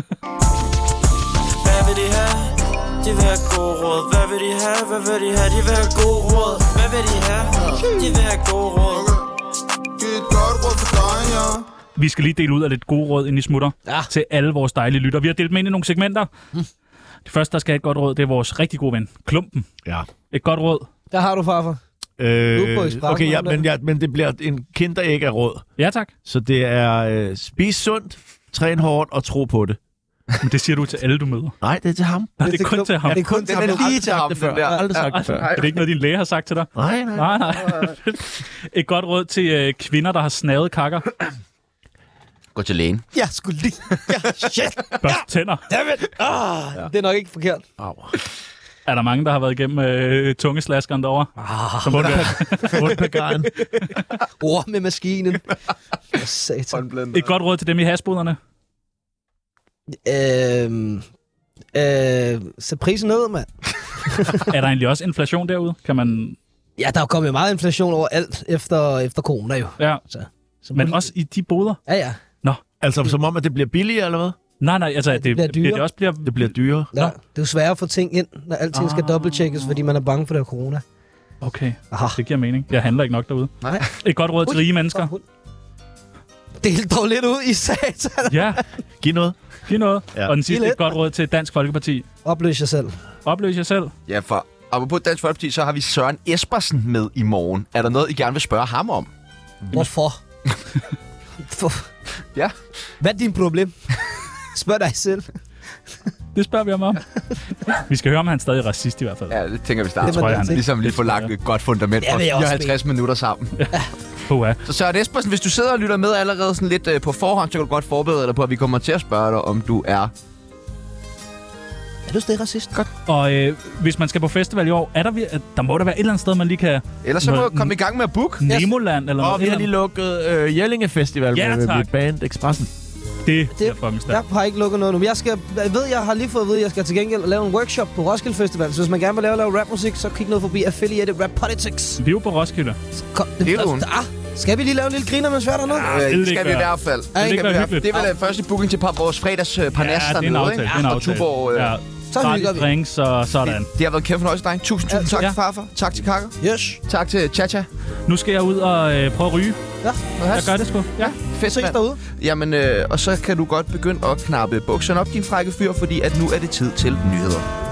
Hvad vil de have? De vil have god råd. Hvad vil de have? Hvad vil de have? De vil have god råd. Hvad vil de have? De vil have god råd. Giv et godt råd for dig, ja. Vi skal lige dele ud af lidt gode råd, inden I smutter, Ja. til alle vores dejlige lytter. Vi har delt dem ind i nogle segmenter. Mm. Det første, der skal have et godt råd, det er vores rigtig gode ven, Klumpen. Ja. Et godt råd. Der har du, farfar. Øh, Expressen, okay, ja, eller? men, ja, men det bliver en kinderæg af råd. Ja, tak. Så det er øh, spis sundt, træn hårdt og tro på det. Men det siger du til alle, du møder. Nej, det er til ham. Nej, det er kun til ham. Det er kun til ham. Jeg har aldrig sagt det før. Jeg har aldrig sagt det før. Er det ikke noget, din læge har sagt til dig? Nej, nej. Nej, nej. Et godt råd til øh, kvinder, der har snavet kakker. Gå til lægen. Jeg skulle lige... Ja, shit. Børst tænder. Dammit. Ah, ja. Det er nok ikke forkert. Au. Er der mange, der har været igennem øh, tungeslaskeren derovre? Ah, Som Mundpagaren. Ord med maskinen. For satan. Et godt råd til dem i hasboderne. Øhm... Øh... Sæt prisen ned, mand. Er der egentlig også inflation derude? Kan man... Ja, der er jo kommet meget inflation over alt efter, efter corona jo. Ja. Så, så Men også i de boder? Ja, ja. Nå. Altså som om, at det bliver billigere, eller hvad? Nej, nej, altså, det, det, bliver det, det dyrere. også bliver... Det bliver dyrere. Ja, det er jo svært at få ting ind, når alting ah. skal dobbelttjekkes, fordi man er bange for det her corona. Okay, Aha. det giver mening. Jeg handler ikke nok derude. Nej. Et godt råd til rige mennesker. Del dog lidt ud i satan. Ja, Giv noget. giv noget. Ja. Og den sidste Giv et lidt. godt råd til Dansk Folkeparti. Opløs jer selv. Opløs jer selv. Ja, for apropos Dansk Folkeparti, så har vi Søren Espersen med i morgen. Er der noget, I gerne vil spørge ham om? Hvorfor? For... Ja. Hvad er din problem? Spørg dig selv. Det spørger vi ham om. Vi skal høre, om han er stadig racist i hvert fald. Ja, det tænker vi starter. Det må jeg, man han- Ligesom lige Det få tror lagt et godt fundament Det for vil jeg også fireoghalvtreds minutter sammen. Puha. Så Søren Espersen, hvis du sidder og lytter med allerede sådan lidt øh, på forhånd, så kan du godt forberede dig på, at vi kommer til at spørge dig, om du er... Er du stadig racist? Godt. Og øh, hvis man skal på festival i år, er der, vi- der må der være et eller andet sted, man lige kan... Ellers så må Nå, du komme i gang med at book. Nemoland eller Og noget. vi har lige lukket øh, Jellinge Festival Ja, med, tak. med band Expressen. Det, det er Det- fucking Jeg stærkt. har ikke lukket noget nu, men jeg, skal, jeg ved, jeg har lige fået at vide, at jeg skal til gengæld lave en workshop på Roskilde Festival. Så hvis man gerne vil lave, lave rapmusik, så kig noget forbi Affiliated Rap Politics. Vi er jo på Roskilde. Kom, Det er jo en- ah, skal vi lige lave en lille griner, mens vi er dernede? Øh, det det vil skal ikke vi i være- hvert fald. vil ikke skal vi være i hvert- hyggeligt. Det er vel den første booking til vores fredags øh, parnas Ja, det er en dernede, aftale. ikke? Det er en Fra aftale. Tuborg. Øh. Ja. Så hygger Gratis vi. drinks og sådan. Det har været en kæmpe fornøjelse, dreng. Tusind, tusind tak Ja. til farfar. Tak til Kakker. Yes. Tak til Chacha. Nu skal jeg ud og øh, prøve at ryge. Ja, Jeg gør det sgu. Ja. Fedt, ses mand. derude. Jamen, øh, og så kan du godt begynde at knappe bukserne op, din frække fyr, fordi at nu er det tid til nyheder.